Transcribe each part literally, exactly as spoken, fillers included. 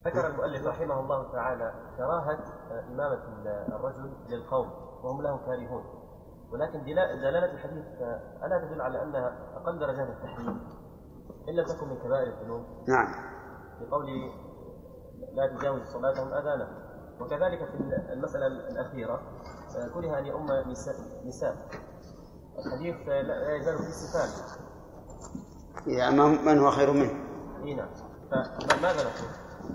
ذكر المؤلف رحمه الله تعالى كراهة إمامة الرجل للقوم وهم له كارهون، ولكن دلالة الحديث ألا تدل على أنها أقل درجات التحريم إن لم تكن من كبائر الذنوب؟ نعم، بقوله لا تجاوز صلاتهم أذانه. وكذلك في المسألة الأخيرة كره أن يؤم نساء, نساء. الحديث لا يزال في الصفات يا من هو خير منه. إيه نعم. فماذا نقول؟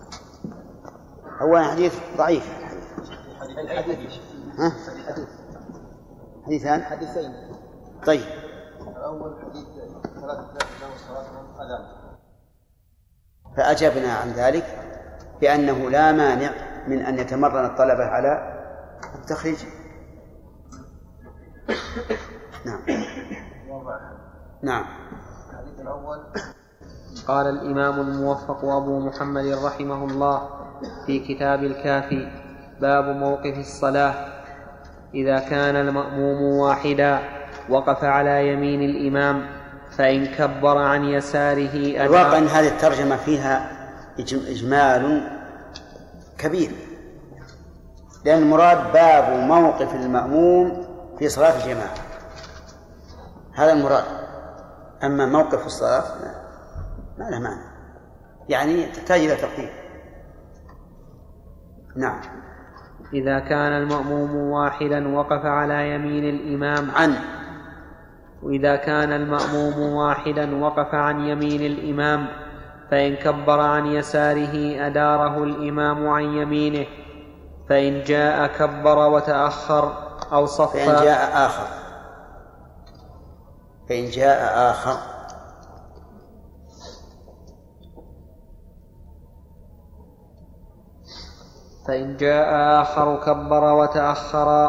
هو حديث ضعيف. أي حديث؟ ها؟ حديثان؟ حديثين. طيب. أول حديث ثلاثة تجاوز صلاتهم أذان. فأجبنا عن ذلك بأنه لا مانع من أن يتمرن الطلبة على التخريج. نعم. نعم. الحديث الأول قال الإمام الموفق أبو محمد رحمه الله في كتاب الكافي: باب موقف الصلاة. إذا كان المأموم واحدا وقف على يمين الإمام فإن كبر عن يساره. الواقع أن هذه الترجمة فيها إجمال كبير، لأن المراد باب موقف المأموم في صلاة الجماعة، هذا المراد. أما موقف الصلاة ما له معنى، يعني تحتاج إلى تقديم. نعم. إذا كان المأموم واحدا وقف على يمين الإمام عن وإذا كان المأموم واحدا وقف عن يمين الإمام فإن كبر عن يساره أداره الإمام عن يمينه، فإن جاء كبر وتأخر أو صفى. فإن جاء آخر فإن جاء آخر فإن جاء آخر كبر وتأخر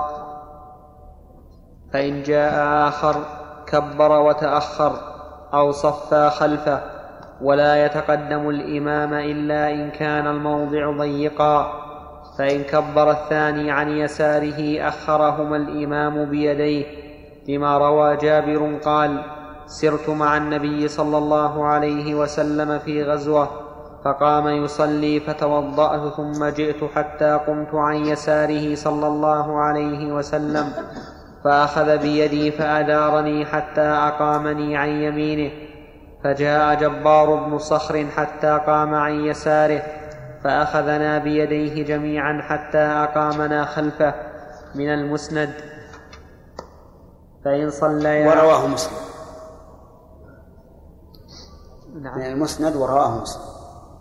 فإن جاء آخر كبر وتأخر أو صفى خلفه، ولا يتقدم الإمام إلا إن كان الموضع ضيقا. فإن كبر الثاني عن يساره أخرهما الإمام بيديه، لما روى جابر قال: سرت مع النبي صلى الله عليه وسلم في غزوة فقام يصلي فتوضأت ثم جئت حتى قمت عن يساره صلى الله عليه وسلم فأخذ بيدي فأدارني حتى أقامني عن يمينه، فجاء جبار بن صخر حتى قام عن يساره فأخذنا بيديه جميعا حتى أقامنا خلفه. من المسند. فإن صلى ورواه مسلم. نعم. من المسند ورواه مسلم.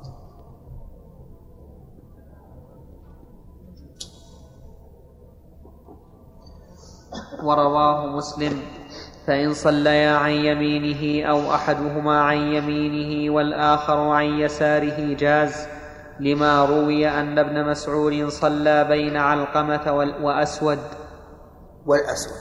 ورواه مسلم. فإن صليا عن يمينه أو أحدهما عن يمينه والآخر عن يساره جاز، لما روي أن ابن مسعود صلى بين علقمة وأسود والأسود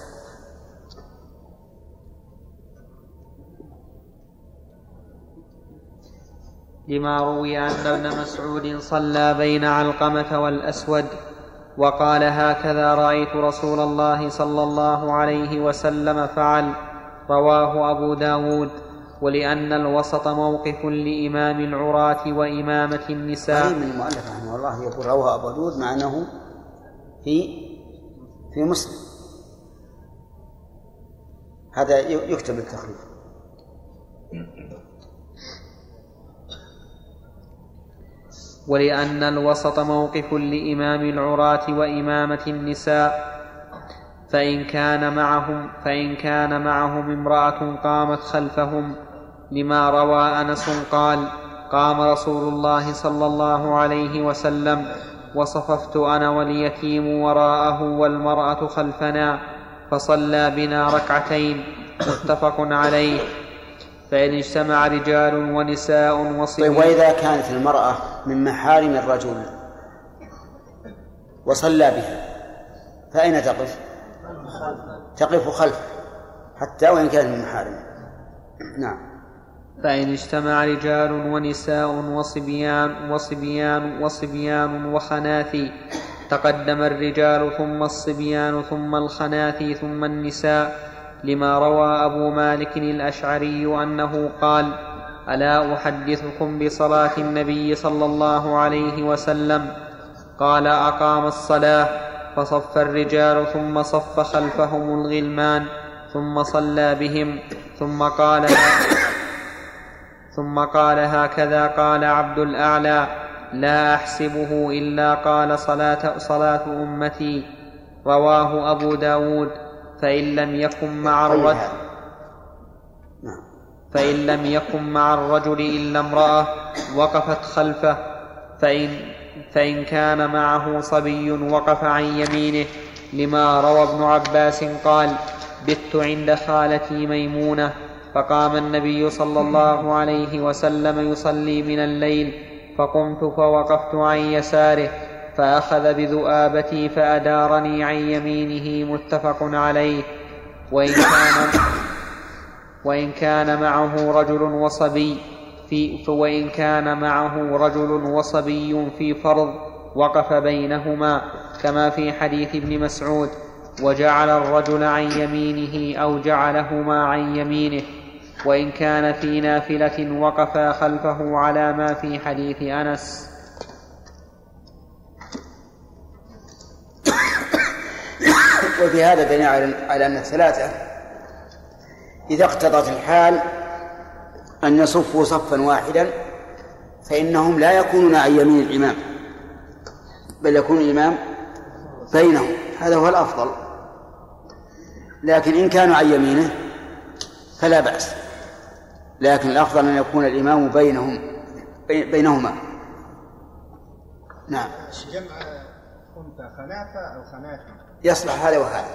لما روي أن ابن مسعود صلى بين علقمة والأسود وقال: هكذا رأيت رسول الله صلى الله عليه وسلم فعل. رواه أبو داود. ولأن الوسط موقف لإمام العراة وإمامة النساء. قريب من المؤلف رحمه الله يقول رواه أبو داود مع أنه في في مسلم، هذا يكتب التخريج. ولأن الوسط موقف لإمام العراة وإمامة النساء. فإن كان معهم فإن كان معهم امرأة قامت خلفهم، لما روى أنس قال: قام رسول الله صلى الله عليه وسلم وصففت أنا واليتيم وراءه والمرأة خلفنا فصلى بنا ركعتين. متفق عليه. فإن اجتمع رجال ونساء وصبيان. طيب، وإذا كانت المرأة من محارم الرجل وصلى بها فأين تقف؟ تقف خلفه حتى وإن كانت من محارمه. نعم. فإن اجتمع رجال ونساء وصبيان وصبيان وصبيان وخناثي تقدم الرجال ثم الصبيان ثم الخناثي ثم النساء، لما روى أبو مالك الأشعري أنه قال: ألا أحدثكم بصلاة النبي صلى الله عليه وسلم؟ قال أقام الصلاة فصف الرجال ثم صف خلفهم الغلمان ثم صلى بهم ثم قال ثم قال هكذا قال عبد الأعلى لا أحسبه إلا قال صلاة, صلاة أمتي. رواه أبو داود. فإن لم يكن مع الرجل فإن لم يكن مع الرجل إلا امرأة وقفت خلفه، فإن, فإن كان معه صبي وقف عن يمينه، لما روى ابن عباس قال بت عند خالتي ميمونة فقام النبي صلى الله عليه وسلم يصلي من الليل فقمت فوقفت عن يساره فأخذ بذؤابتي فأدارني عن يمينه. متفق عليه. وإن كان, وإن كان معه رجل وصبي في وإن كان معه رجل وصبي في فرض وقف بينهما كما في حديث ابن مسعود وجعل الرجل عن يمينه أو جعلهما عن يمينه. وإن كان في نافلة وقفا خلفه على ما في حديث أنس. وفي هذا دليل على أن الثلاثة إذا اقتضت الحال أن يصفوا صفا واحدا فإنهم لا يكونون عن يمين الإمام بل يكون الإمام بينهم، هذا هو الأفضل. لكن إن كانوا عن يمينه فلا بأس، لكن الأفضل أن يكون الإمام بينهم بينهما. نعم. جمع أنثى خناثة أو خناثة يصلح هذا وهذا.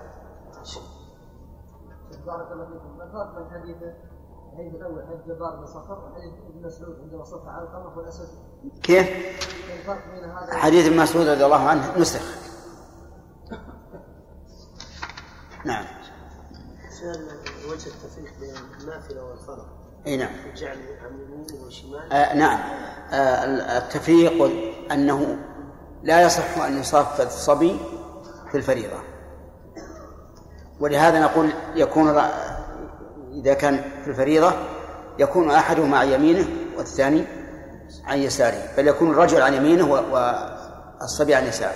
بارك الله فيكم. ذكرت من حديث الحديث الأول حديث جبار بن صخر وحديث ابن مسعود عندما صف على القمر والأسد. كيف؟ الفرق بين هذا حديث ابن مسعود رضي الله عنه نسخ. نعم. وجه التفريق بين النافلة والفرض. اي نعم. الجعل عن اليمين والشمال. آه نعم. آه التفريق أنه لا يصح أن يصف الصبي في الفريضة، ولهذا نقول يكون إذا كان في الفريضة يكون أحدهما عن يمينه والثاني عن يساره، بل يكون الرجل عن يمينه والصبي عن يساره.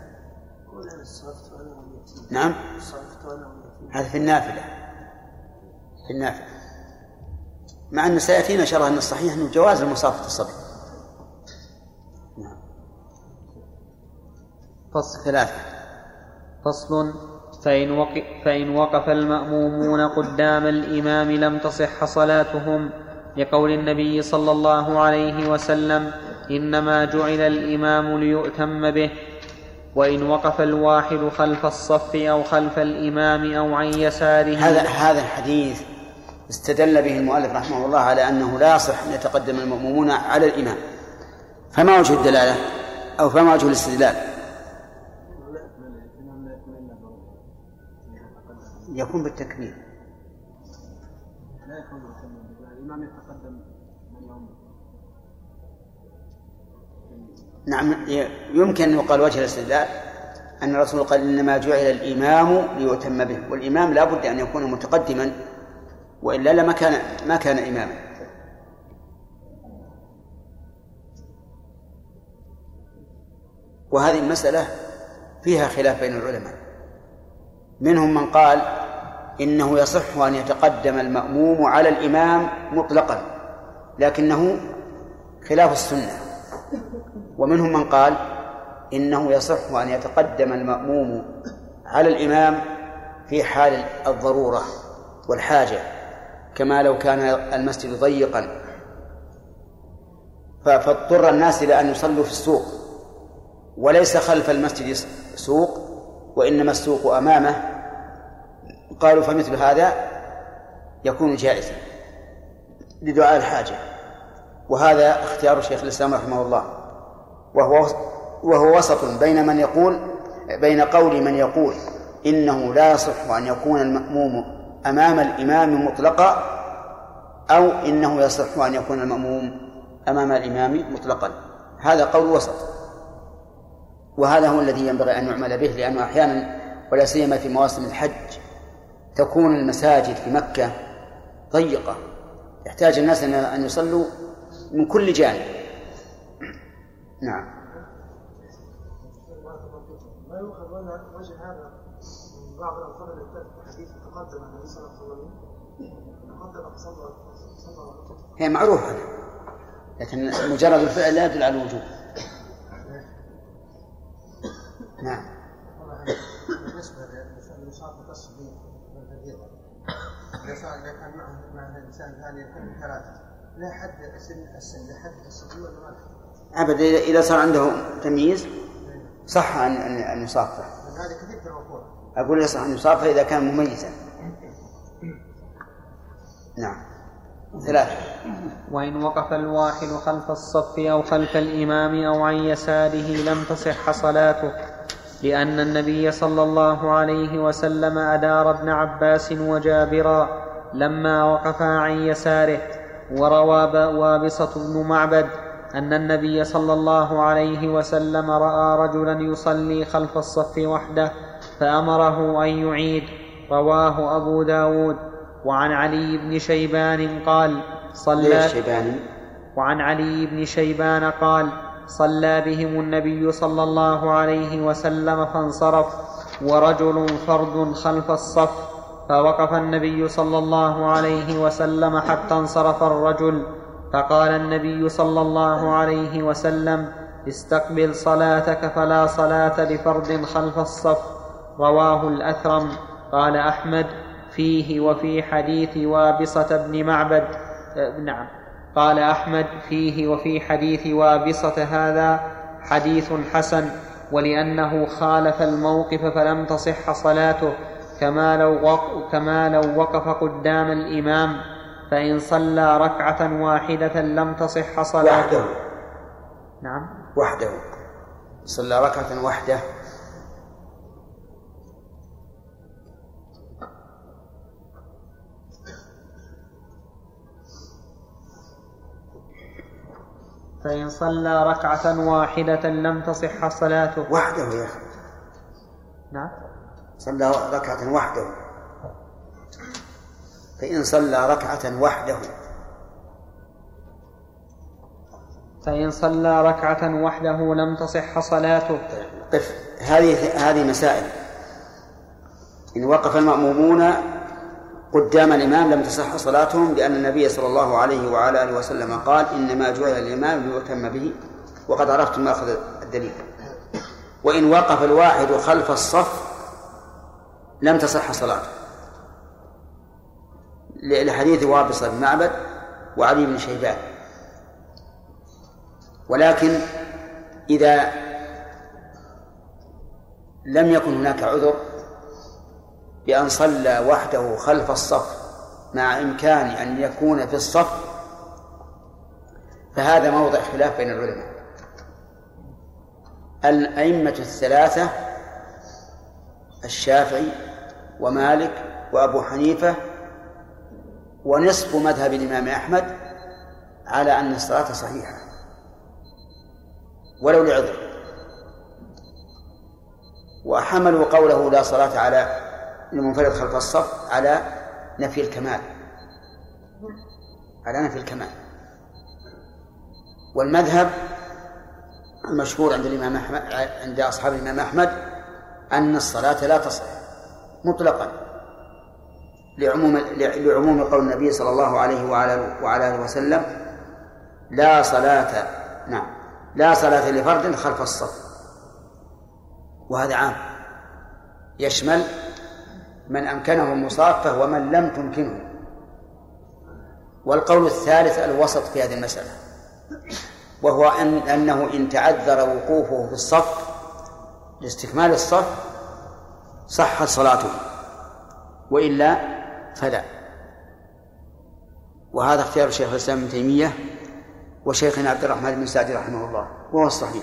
نعم. هذا في النافلة في النافلة مع أن سيأتينا شرح أن الصحيح أنه جواز المصافة الصبي. نعم. فصل ثلاثة. فصل. فإن وقف, فإن وقف المأمومون قدام الإمام لم تصح صلاتهم، لقول النبي صلى الله عليه وسلم إنما جعل الإمام ليؤتم به. وإن وقف الواحد خلف الصف أو خلف الإمام أو عن يساره. هذا هذا الحديث استدل به المؤلف رحمه الله على أنه لا يصح أن يتقدم المأمومون على الإمام، فما وجه الدلالة أو فما وجه الاستدلال؟ يكون بالتكبير. لا يكون الإمام يتقدم من يوم. نعم. يمكن أن يقال وجه الاستدلال أن الرسول قال إنما جعل الإمام ليؤتم به، والإمام لا بد أن يكون متقدما وإلا لما كان ما كان إماما. وهذه المسألة فيها خلاف بين العلماء، منهم من قال إنه يصح أن يتقدم المأموم على الإمام مطلقا لكنه خلاف السنة، ومنهم من قال إنه يصح أن يتقدم المأموم على الإمام في حال الضرورة والحاجة، كما لو كان المسجد ضيقا فاضطر الناس إلى أن يصلوا في السوق وليس خلف المسجد سوق وإنما السوق أمامه، قالوا فمثل هذا يكون جائزا لدعاء الحاجة. وهذا اختيار شيخ الإسلام رحمه الله، وهو وهو وسط بين من يقول بين قول من يقول إنه لا يصح أن يكون المأموم أمام الإمام مطلقا، أو إنه يصح أن يكون المأموم أمام الإمام مطلقا. هذا قول وسط، وهذا هو الذي ينبغي أن يعمل به، لأنه أحيانا ولا سيما في مواسم الحج تكون المساجد في مكة ضيقة يحتاج الناس أن يصلوا من كل جانب. نعم. ما يؤخذ وجه هذا من بعض الألفاظ التي تأتي في الحديث تقدم النبي صلى الله عليه وسلم تقدم صلى هي معروفة، لكن مجرد الفعل لا يدل على الوجوب. نعم. بالنسبة لمسافة الصبي والكبيرة، إذا كان مع الإنسان ثاني يكون ثلاثة، لا حد سن السن، لا حد الصبي ولا ما أبدا. إذا صار عنده تمييز صح أن أن يصافح. هذا كثير في الوقوع. أقول يصح أن يصافح إذا كان مميزا. نعم. ثلاثة. وإن وقف الواحد خلف الصف أو خلف الإمام أو عن يساره لم تصح صلاته، لأن النبي صلى الله عليه وسلم أدار ابن عباس وجابرا لما وقفا عن يساره. وروى وابصة بن معبد أن النبي صلى الله عليه وسلم رأى رجلا يصلي خلف الصف وحده فأمره أن يعيد. رواه أبو داود. وعن علي بن شيبان قال صلى وعن علي بن شيبان قال صلى بهم النبي صلى الله عليه وسلم فانصرف ورجل فرد خلف الصف، فوقف النبي صلى الله عليه وسلم حتى انصرف الرجل، فقال النبي صلى الله عليه وسلم استقبل صلاتك فلا صلاة لفرد خلف الصف. رواه الأثرم. قال أحمد فيه وفي حديث وابصة بن معبد آه نعم قال أحمد فيه وفي حديث وابصة هذا حديث حسن، ولأنه خالف الموقف فلم تصح صلاته، كما لو وقف, كما لو وقف قدام الإمام، فإن صلى ركعة واحدة لم تصح صلاته. وحده. نعم وحده صلى ركعة واحدة. فإن صلى ركعة واحدة لم تصح صلاته. وحده يا أخي. نعم صلى ركعة وحده. فإن صلى ركعة وحده فإن صلى ركعة وحده لم تصح صلاته. قف. هذه هذه مسائل. إن وقف المأمومون قدام الإمام لم تصح صلاتهم، لأن النبي صلى الله عليه وعلى آله وسلم قال إنما جعل الإمام ليؤتم به، وقد عرفتم ماخذ الدليل. وإن وقف الواحد خلف الصف لم تصح صلاته، لحديث وابصة بن معبد وعلي بن شيبان. ولكن إذا لم يكن هناك عذر بأن صلى وحده خلف الصف مع إمكان أن يكون في الصف، فهذا موضع خلاف بين العلماء. الأئمة الثلاثة الشافعي ومالك وأبو حنيفة ونصف مذهب الإمام أحمد على أن الصلاة صحيحة ولو لعذر، وحملوا قوله لا صلاة على المنفرد خلف الصف على نفي الكمال، على نفي الكمال. والمذهب المشهور عند الإمام أحمد عند أصحاب الإمام أحمد أن الصلاة لا تصح مطلقا، لعموم لعموم قول النبي صلى الله عليه وعلى آله وسلم لا صلاة نعم لا صلاة لفرد خلف الصف، وهذا عام يشمل من أمكنه المصافة ومن لم تمكنه. والقول الثالث الوسط في هذه المسألة، وهو أن أنه إن تعذر وقوفه في الصف لاستكمال الصف صحت صلاته، وإلا فلا. وهذا اختيار شيخ الإسلام ابن تيمية وشيخنا عبد الرحمن بن سعدي رحمه الله، وهو الصحيح.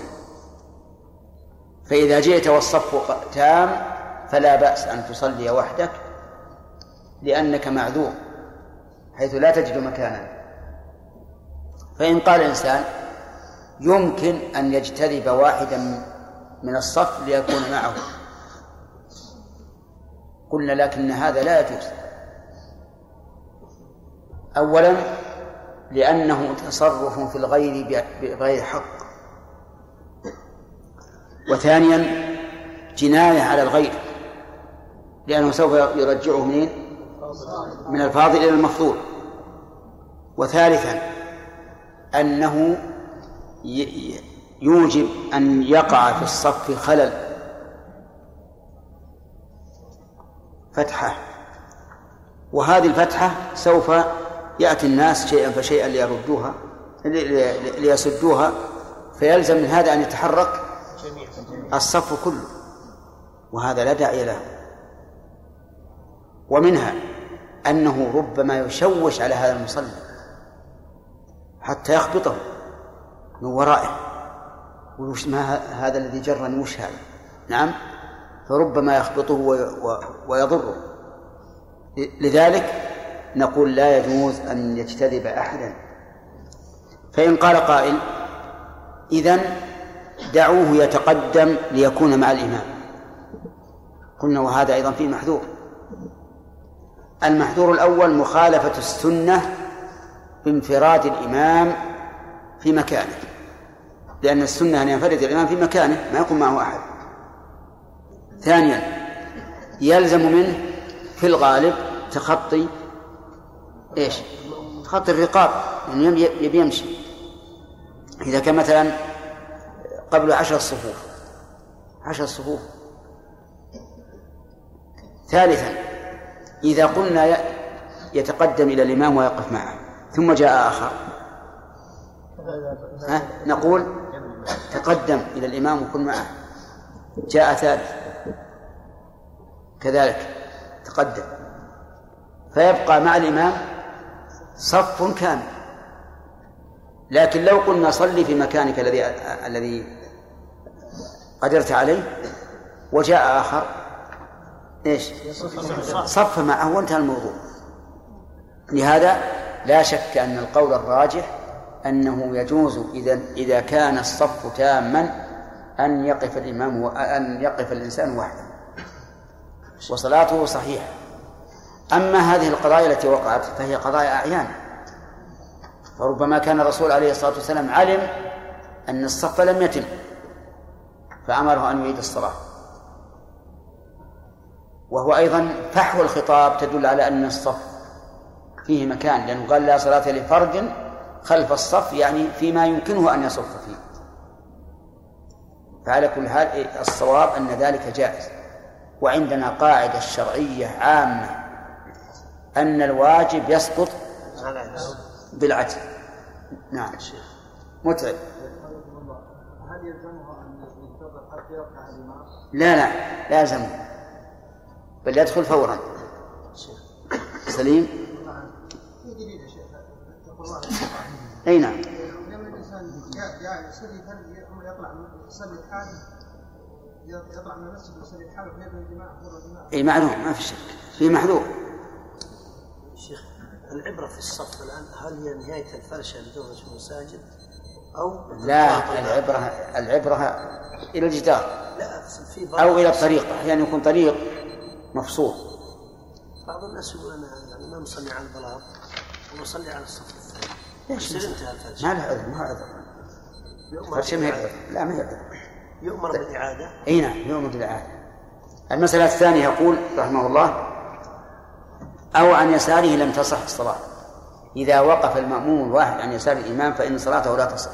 فإذا جئت والصف تام فلا بأس أن تصلي وحدك، لأنك معذور حيث لا تجد مكانا. فإن قال الإنسان يمكن أن يجتذب واحدا من الصف ليكون معه، قلنا لكن هذا لا يجوز. أولا لأنه تصرف في الغير بغير حق، وثانيا جناية على الغير لأنه سوف يرجعه منين؟ من الفاضل إلى المفضول. وثالثا أنه يوجب أن يقع في الصف خلل، فتحة، وهذه الفتحة سوف يأتي الناس شيئا فشيئا ليردوها ليسدوها، فيلزم من هذا أن يتحرك الصف كله، وهذا لا داعي له. ومنها أنه ربما يشوش على هذا المصلي حتى يخبطه من ورائه، وش ما هذا الذي جرني وش هذا؟ نعم، فربما يخبطه ويضره. لذلك نقول لا يجوز أن يجتذب أحدا. فإن قال قائل إذن دعوه يتقدم ليكون مع الإمام، قلنا وهذا أيضا فيه محذور. المحذور الأول مخالفة السنة بانفراد الإمام في مكانه، لأن السنة أن ينفرد الإمام في مكانه ما يكون معه أحد. ثانيا يلزم منه في الغالب تخطي إيش؟ تخطي الرقاب، يعني يبي يمشي. إذا كان مثلا قبل عشر صفوف عشر صفوف. ثالثا إذا قلنا يتقدم إلى الإمام ويقف معه ثم جاء آخر، ها؟ نقول تقدم إلى الإمام وكن معه. جاء ثالث كذلك تقدم، فيبقى مع الإمام صف كامل. لكن لو قلنا صلي في مكانك الذي الذي قدرت عليه وجاء آخر إيش؟ صف معه وانتهى الموضوع. لهذا لا شك أن القول الراجح أنه يجوز إذا إذا كان الصف تاما أن يقف الإمام وأن يقف الإنسان وحده وصلاته صحيحة. أما هذه القضايا التي وقعت فهي قضايا أعيان، فربما كان الرسول عليه الصلاة والسلام علم أن الصف لم يتم فأمره أن يعيد الصلاة، وهو أيضا فحوى الخطاب تدل على أن الصف فيه مكان، لأنه قال لا صلاة لفرد خلف الصف، يعني فيما يمكنه أن يصف فيه. فعلى كل حال الصواب أن ذلك جائز. وعندنا قاعدة شرعية عامة أن الواجب يسقط بالعجز. نعم متعب. هل يلزمها أن ينتظر حتى يركع الإمام؟ لا لا لا يلزمه، بل يدخل فورا. سليم. في دليل يا شيخ تقول الله. أي نعم. لما الإنسان جاء يصلي هل يطلع يصلي الحال يطلع من المسجد يصلي الحال ويبني الجماعة حضور الجماعة؟ أي معلوم ما في شك في محذور. شيخ العبرة في الصف الآن هل هي نهاية الفرشة لدورة المساجد أو لا؟ العبرة العبرة إلى الجدار لا في أو إلى الطريق، أحيانا يعني يكون طريق مفصول. بعض الناس يقول أنا يعني ما نصلي على البلاط ونصلي على الصف الثاني. ليش انتهى الفرشة؟ ما له عذر ما عذر فرشة ما يعذر. لا ما يعذر. يؤمر بالإعادة. أي نعم يؤمر بالإعادة. المسألة الثانية يقول رحمه الله أو عن يساره لم تصح الصلاة. إذا وقف المأموم الواحد عن يسار الإمام فإن صلاته لا تصح.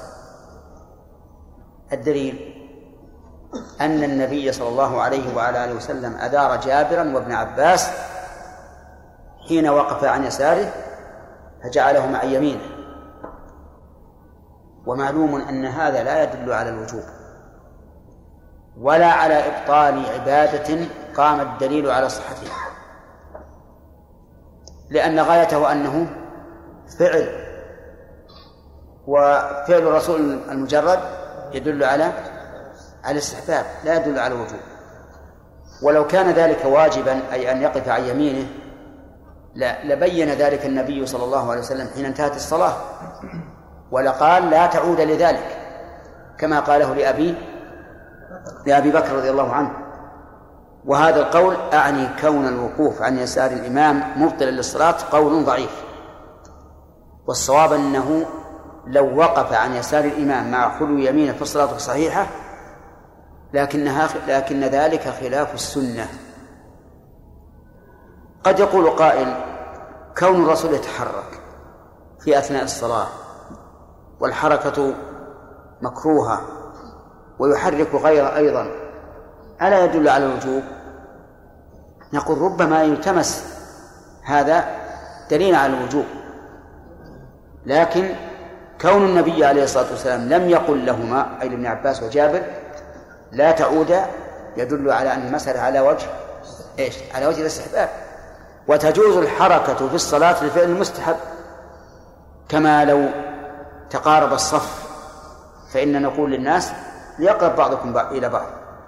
الدليل أن النبي صلى الله عليه وعلى آله وسلم أدار جابرا وابن عباس حين وقف عن يساره فجعلهما عن يمينه، ومعلوم أن هذا لا يدل على الوجوب ولا على إبطال عبادة قام الدليل على صحتها، لأن غايته أنه فعل، وفعل الرسول المجرد يدل على على الاستحباب لا يدل على الوجوب. ولو كان ذلك واجبا أي أن يقف عن يمينه لا لبين ذلك النبي صلى الله عليه وسلم حين انتهت الصلاة، ولقال لا تعود لذلك كما قاله لأبي لأبي بكر رضي الله عنه. وهذا القول أعني كون الوقوف عن يسار الإمام مبطلا للصلاة قول ضعيف، والصواب أنه لو وقف عن يسار الإمام مع خلو يمينه فالصلاة صحيحة، لكنها لكن ذلك خلاف السنة. قد يقول قائل: كون الرسول يتحرك في أثناء الصلاة والحركة مكروهة ويحرك غيره أيضا، ألا يدل على الوجوب؟ نقول ربما يلتمس هذا دليل على الوجوب، لكن كون النبي عليه الصلاة والسلام لم يقل لهما، أي لابن عباس وجابر، لا تعودا، يدل على أن المسألة على وجه إيش؟ على وجه الاستحباب، وتجوز الحركة في الصلاة لفعل المستحب، كما لو تقارب الصف فإن نقول للناس ليقرب بعضكم إلى بعض.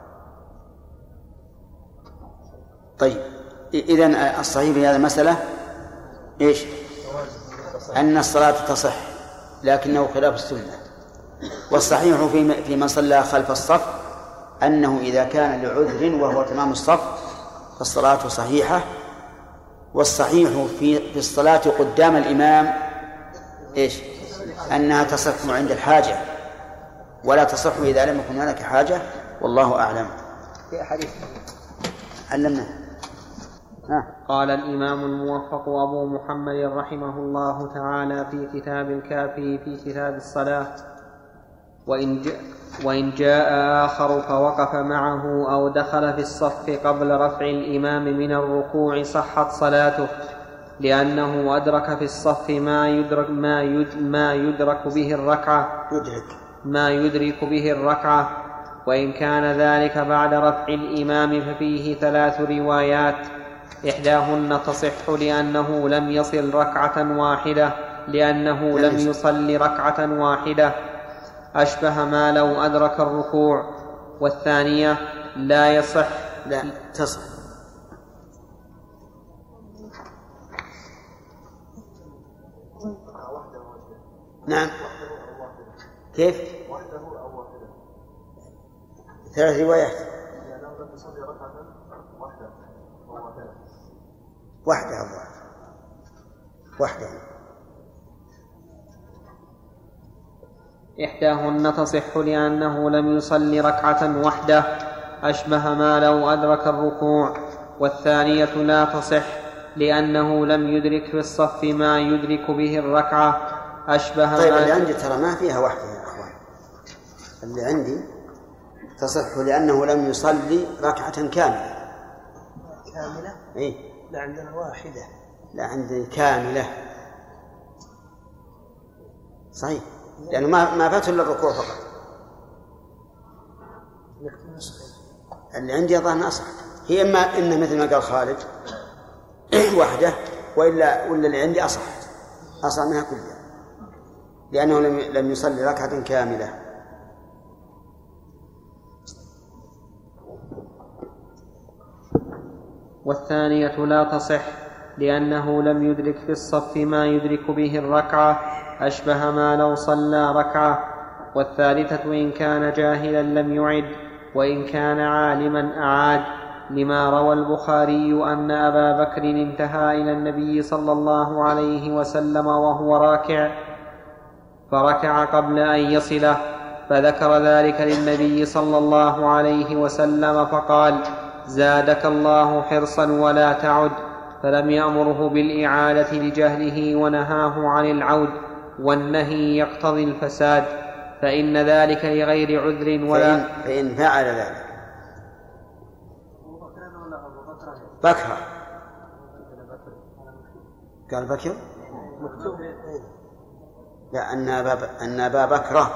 طيب، إذن الصحيح في هذه المسألة إيش؟ أن الصلاة تصح لكنه خلاف السنة. والصحيح في من صلى خلف الصف أنه إذا كان لعذر وهو تمام الصف فالصلاة صحيحة. والصحيح في في الصلاة قدام الإمام إيش؟ أنها تصح عند الحاجة ولا تصح إذا لم يكن هناك حاجة، والله أعلم. في حديث علمنا. قال الإمام الموفق أبو محمد رحمه الله تعالى في كتاب الكافي في كتاب الصلاة: وإن جاء, وإن جاء آخر فوقف معه أو دخل في الصف قبل رفع الإمام من الركوع صحت صلاته، لأنه أدرك في الصف ما يدرك, ما يد ما يدرك به الركعة يدرك ما يدرك به الركعة. وإن كان ذلك بعد رفع الإمام ففيه ثلاث روايات: إحداهن تصح لأنه لم يصل ركعة واحدة لأنه لم يصل ركعة واحدة أشبه ما لو أدرك الركوع، والثانية لا يصح لا تصح نعم. كيف؟ ثلاث روايات واحدة أو واحدة. إحداهن تصح لأنه لم يصل ركعة واحدة أشبه ما لو أدرك الركوع، والثانية لا تصح لأنه لم يدرك في الصف ما يدرك به الركعة أشبه. طيب اللي عندي ترى ما فيها واحدة يا أخوان، اللي عندي تصح لأنه لم يصلي ركعة كاملة. كاملة؟ إيه؟ لا عندنا واحدة. لا عندي كاملة صحيح، لأنه ما ما فاته إلا الركوع فقط. اللي عندي ظاهر أصح، هي إما إنه مثل ما قال خالد واحدة، وإلا ولا اللي عندي أصح أصح منها كلها، لأنه لم لم يصلي ركعة كاملة. والثانية لا تصح لأنه لم يدرك في الصف ما يدرك به الركعة أشبه ما لو صلى ركعة. والثالثة إن كان جاهلا لم يعد، وإن كان عالما أعاد، لما روى البخاري أن أبا بكر انتهى إلى النبي صلى الله عليه وسلم وهو راكع فركع قبل أن يصله، فذكر ذلك للنبي صلى الله عليه وسلم فقال: زادك الله حرصا ولا تعد، فلم يأمره بالإعادة لجهله ونهاه عن العود، والنهي يقتضي الفساد، فإن ذلك لغير عذر ولا فإن, فإن فعل ذلك بكرة. قال بكر لا أن أبا أن أبا بكرة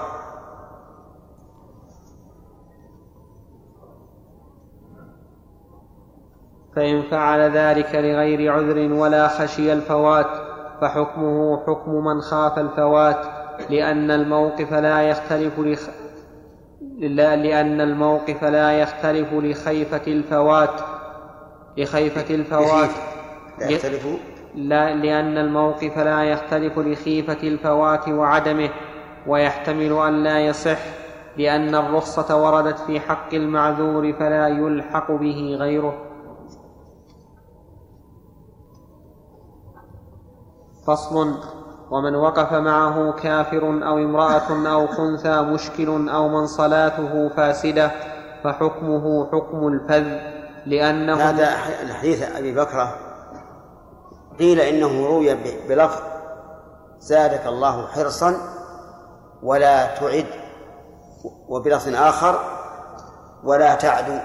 فإن فعل ذلك لغير عذر ولا خشي الفوات فحكمه حكم من خاف الفوات، لأن الموقف لا يختلف لخ... لأن الموقف لا يختلف لخيفة الفوات لخيفة الفوات لا يختلف لا لأن الموقف لا يختلف لخيفة الفوات وعدمه، ويحتمل أن لا يصح، لأن الرخصة وردت في حق المعذور فلا يلحق به غيره. فصل: ومن وقف معه كافر أو امرأة أو خنثى مشكل أو من صلاته فاسدة فحكمه حكم الفذ لأنه هذا الحديث أبي بكرة قيل إنه روي بلفظ زادك الله حرصا ولا تعد، وبلفظ آخر ولا تعد،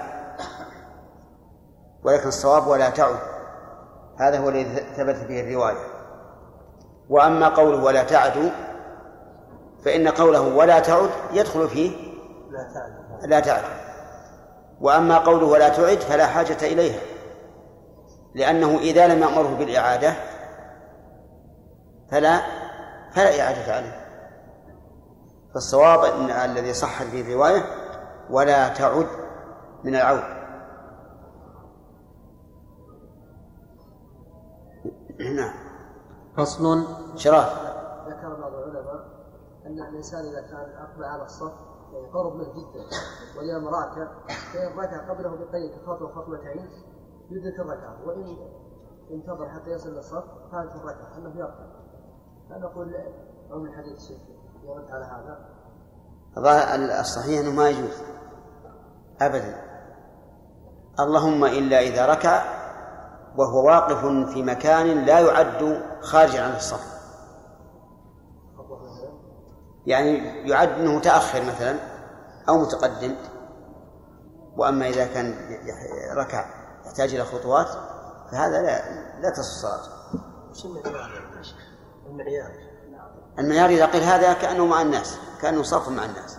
ولكن الصواب ولا تعد، هذا هو الذي ثبت فيه الرواية. وأما قوله ولا تعد فإن قوله ولا تعد يدخل فيه لا تعد، وأما قوله ولا تعد فلا حاجة إليها، لأنه إذا لم يأمره بالإعادة فلا فلا إعادة عليه. فالصواب أن الذي صح في الرواية ولا تعد من العود. نعم. فصل. شراف. ذكر بعض العلماء أن الإنسان إذا كان أقبل على الصف يعني قرب منه جدا والإمام راكع فإن ركع قبله بقليل خطوة خطوتين يدرك الركعة، وإن انتظر حتى يصل للصف كانت الركعة أنه يركع. فنقول عن الحديث الشيخ يرد على هذا. الصحيح أنه ما يجوز أبدا، اللهم إلا إذا ركع وهو واقف في مكان لا يعد خارج عن الصف، يعني يعد أنه متأخر مثلا أو متقدم. وأما إذا كان ركع يحتاج إلى خطوات فهذا لا لا تصح صلاته. المعيار المعيار إذا قيل هذا كأنه مع الناس، كأنه صف مع الناس.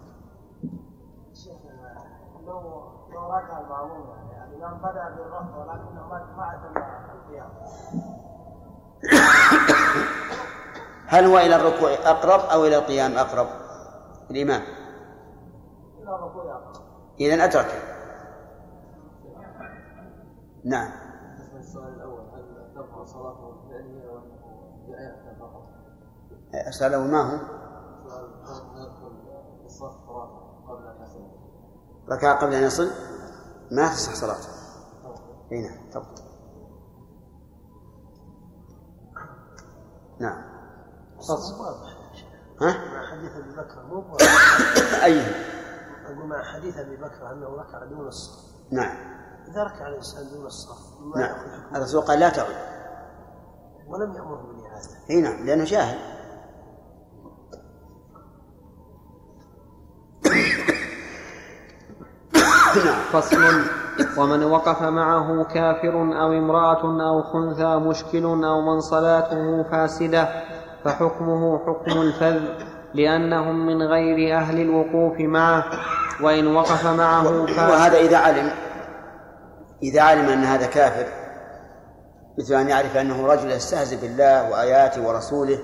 لو لو ركع المأموم يعني الإمام بدأ بالرفع ولكنه ما أتم القيام، هل هو إلى الركوع أقرب أو إلى القيام أقرب؟ الإمام إلى الركوع أقرب. إذن أترك. نعم. السؤال الأول هل تبقى صلاته فعلية ولا بآيات فقط؟ السؤال الأول ما هو؟ ركع قبل أن يصل ما تصح صلاته. هنا تفضل. نعم. واضح. ها؟ مع حديث أبي بكر مو أيه؟ أقول مع حديث أبي بكر أنه ركع دون الصف. نعم. إذا ركع الإنسان دون الصف نعم. الرسول قال لا تعد ولم يأمره بالإعادة. اي نعم لأنه جاهل. فصل. ومن وقف معه كافر أو امرأة أو خنثى مشكل أو من صلاته فاسدة فحكمه حكم الفذ لأنهم من غير أهل الوقوف معه، وإن وقف معه فاسد. وهذا إذا علم إذا علم أن هذا كافر، مثل أن يعرف أنه رجل يستهزئ بالله وآياته ورسوله،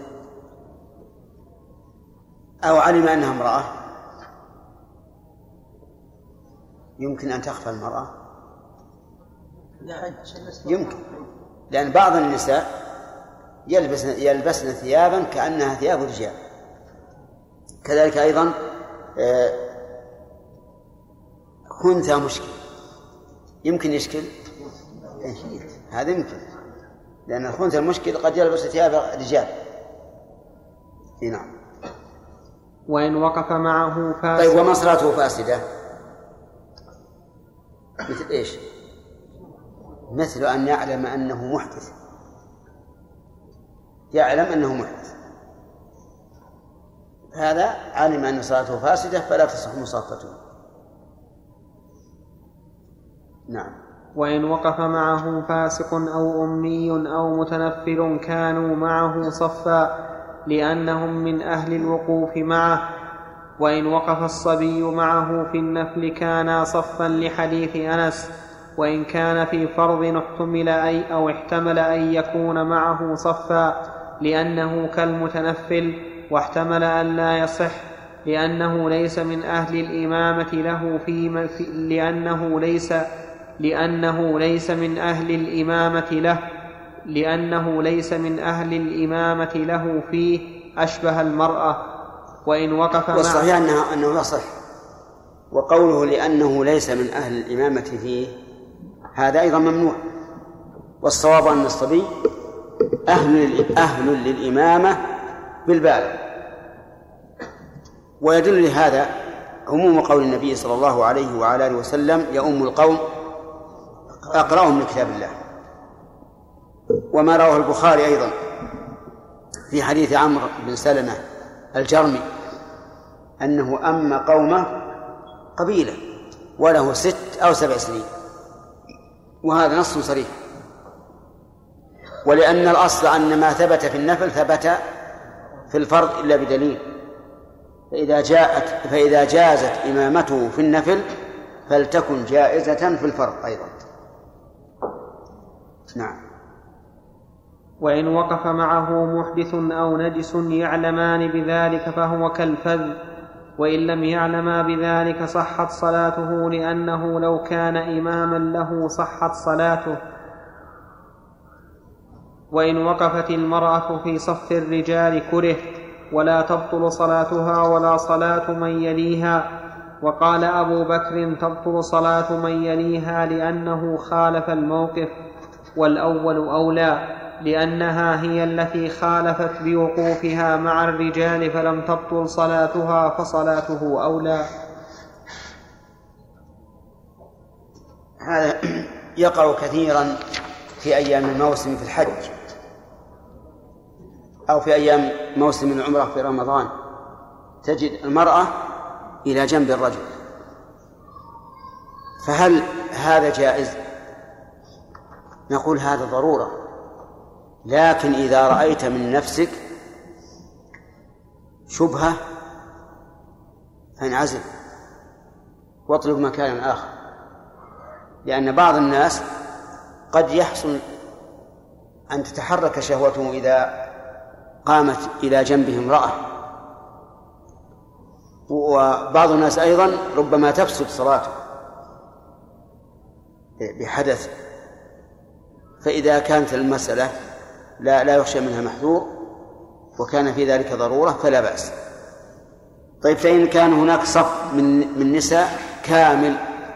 أو علم أنها امرأة. يمكن أن تخفى المرأة؟ يمكن، لأن بعض النساء يلبسن, يلبسن ثيابا كأنها ثياب الرجال. كذلك أيضا خنثى مشكل يمكن يشكل هذا يمكن، لأن الخنثى المشكل قد يلبس ثياب الرجال. نعم. وإن وقف معه فاسد. طيب وما صلاته فاسدة؟ مثل إيش؟ مثل أن يعلم أنه محدث، يعلم أنه محدث، هذا علم أن صلاته فاسدة فلا تصح مصافته. نعم. وإن وقف معه فاسق أو أمي أو متنفل كانوا معه صفا لأنهم من أهل الوقوف معه. وإن وقف الصبي معه في النفل كانا صفا لحديث أنس. وإن كان في فرض احتمل أي أو احتمل أن يكون معه صفا لأنه كالمتنفل، واحتمل أن لا يصح لأنه ليس من أهل الإمامة له في لأنه ليس لأنه ليس من أهل الإمامة له لأنه ليس من أهل الإمامة له فيه أشبه المرأة. وإن وقف والصحيح أنه, أنه يصح. وقوله لأنه ليس من أهل الإمامة فيه هذا أيضا ممنوع. والصواب أن الصبي أهل, أهل للإمامة بالبالغ. ويدل لهذا عموم قول النبي صلى الله عليه وعلى آله وسلم يؤم القوم أقرأهم لكتاب الله، وما رواه البخاري أيضا في حديث عمرو بن سلمة الجرمي أنه أم قومه قبيلة وله ست أو سبع سنين، وهذا نص صريح. ولأن الأصل أن ما ثبت في النفل ثبت في الفرض إلا بدليل، فإذا جاءت فإذا جازت إمامته في النفل فلتكن جائزة في الفرض أيضا. نعم. وإن وقف معه محدث أو نجس يعلمان بذلك فهو كالفذ، وإن لم يعلما بذلك صحت صلاته، لأنه لو كان إماما له صحت صلاته. وإن وقفت المرأة في صف الرجال كره، ولا تبطل صلاتها ولا صلاة من يليها. وقال أبو بكر تبطل صلاة من يليها لأنه خالف الموقف، والأول أولى، لأنها هي التي خالفت بوقوفها مع الرجال فلم تبطل صلاتها فصلاته أولى. هذا يقع كثيرا في أيام الموسم في الحج، أو في أيام موسم العمرة في رمضان، تجد المرأة إلى جنب الرجل، فهل هذا جائز؟ نقول هذا ضرورة، لكن إذا رأيت من نفسك شبهة فانعزل واطلب مكانا آخر، لأن بعض الناس قد يحصل أن تتحرك شهوته إذا قامت إلى جنبه امرأة، وبعض الناس أيضا ربما تفسد صلاته بحدث، فإذا كانت المسألة لا, لا يخشى منها محذور وكان في ذلك ضرورة فلا بأس. طيب، فإن كان هناك صف من, من نساء كامل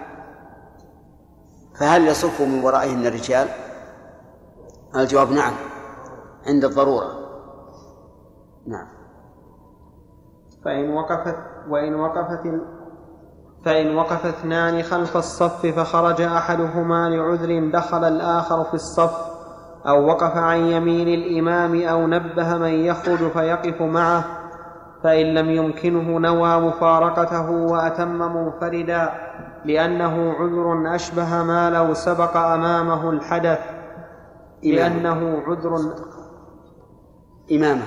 فهل يصف من ورائهن الرجال؟ الجواب نعم عند الضرورة. نعم. فإن وقفت وإن وقفت فإن وقف اثنان خلف الصف فخرج أحدهما لعذر دخل الآخر في الصف، أو وقف عن يمين الإمام أو نبه من يخرج فيقف معه، فإن لم يمكنه نوى مفارقته وأتم منفردا، لأنه عذر أشبه ما لو سبق أمامه الحدث، لأنه عذر إمامه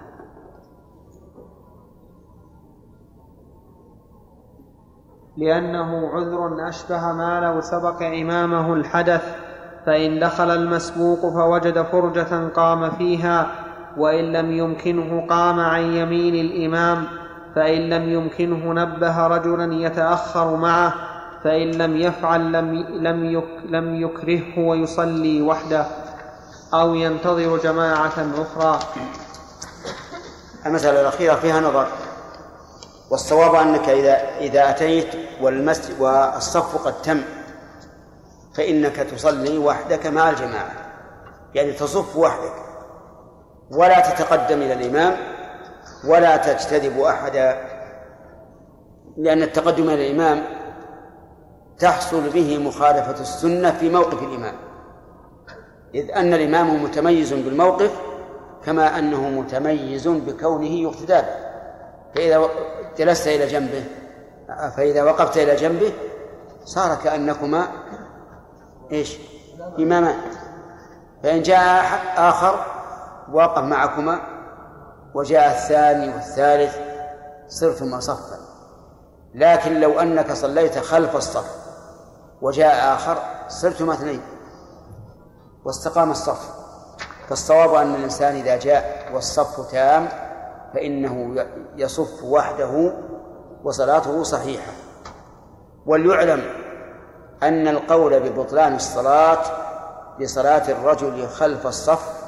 لأنه عذر أشبه ما لو سبق إمامه الحدث. فإن دخل المسبوق فوجد فرجة قام فيها، وإن لم يمكنه قام عن يمين الإمام، فإن لم يمكنه نبه رجلا يتأخر معه، فإن لم يفعل لم, لم, يك لم يكرهه ويصلي وحده أو ينتظر جماعة أخرى. المسألة الأخيرة فيها نظر، والصواب أنك إذا, إذا أتيت والمسجد والصف قد تم فإنك تصلي وحدك مع الجماعة، يعني تصف وحدك ولا تتقدم إلى الإمام ولا تجتذب أحدا، لأن التقدم إلى الإمام تحصل به مخالفة السنة في موقف الإمام، إذ أن الإمام متميز بالموقف كما أنه متميز بكونه يقتدى به، فإذا جلست إلى جنبه فإذا وقفت إلى جنبه صار كأنكما إيش إمامان، فإن جاء آخر وقف معكما وجاء الثاني والثالث صرتما صفا. لكن لو أنك صليت خلف الصف وجاء آخر صرتما اثنين واستقام الصف. فالصواب أن الإنسان إذا جاء والصف تام فإنه يصف وحده وصلاته صحيحة. وليعلم أن القول ببطلان الصلاة لصلاة الرجل خلف الصف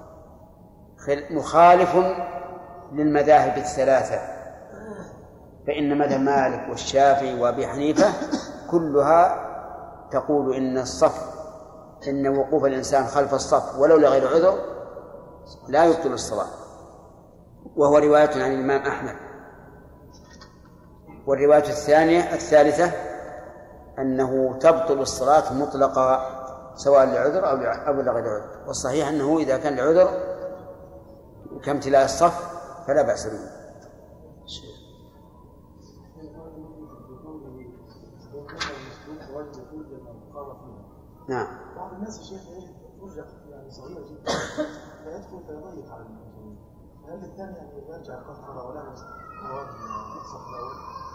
مخالف للمذاهب الثلاثة، فإن مذهب مالك والشافعي وأبي حنيفة كلها تقول إن الصف إن وقوف الإنسان خلف الصف ولو لغير عذر لا يبطل الصلاة. وهو رواية عن الإمام أحمد. والرواية الثانية الثالثة أنه تبطل الصلاة مطلقة سواء لعذر أو لغير عذر، والصحيح أنه إذا كان لعذر كامتلاء الصف فلا بأس به. نعم. بعض الناس الشيخ يجد فرجة يعني صغيرة جدا فيدخل فيضيق على المسلمين، فهل الثاني يعني يرجع قهقرة ولا مواد الصف الأول؟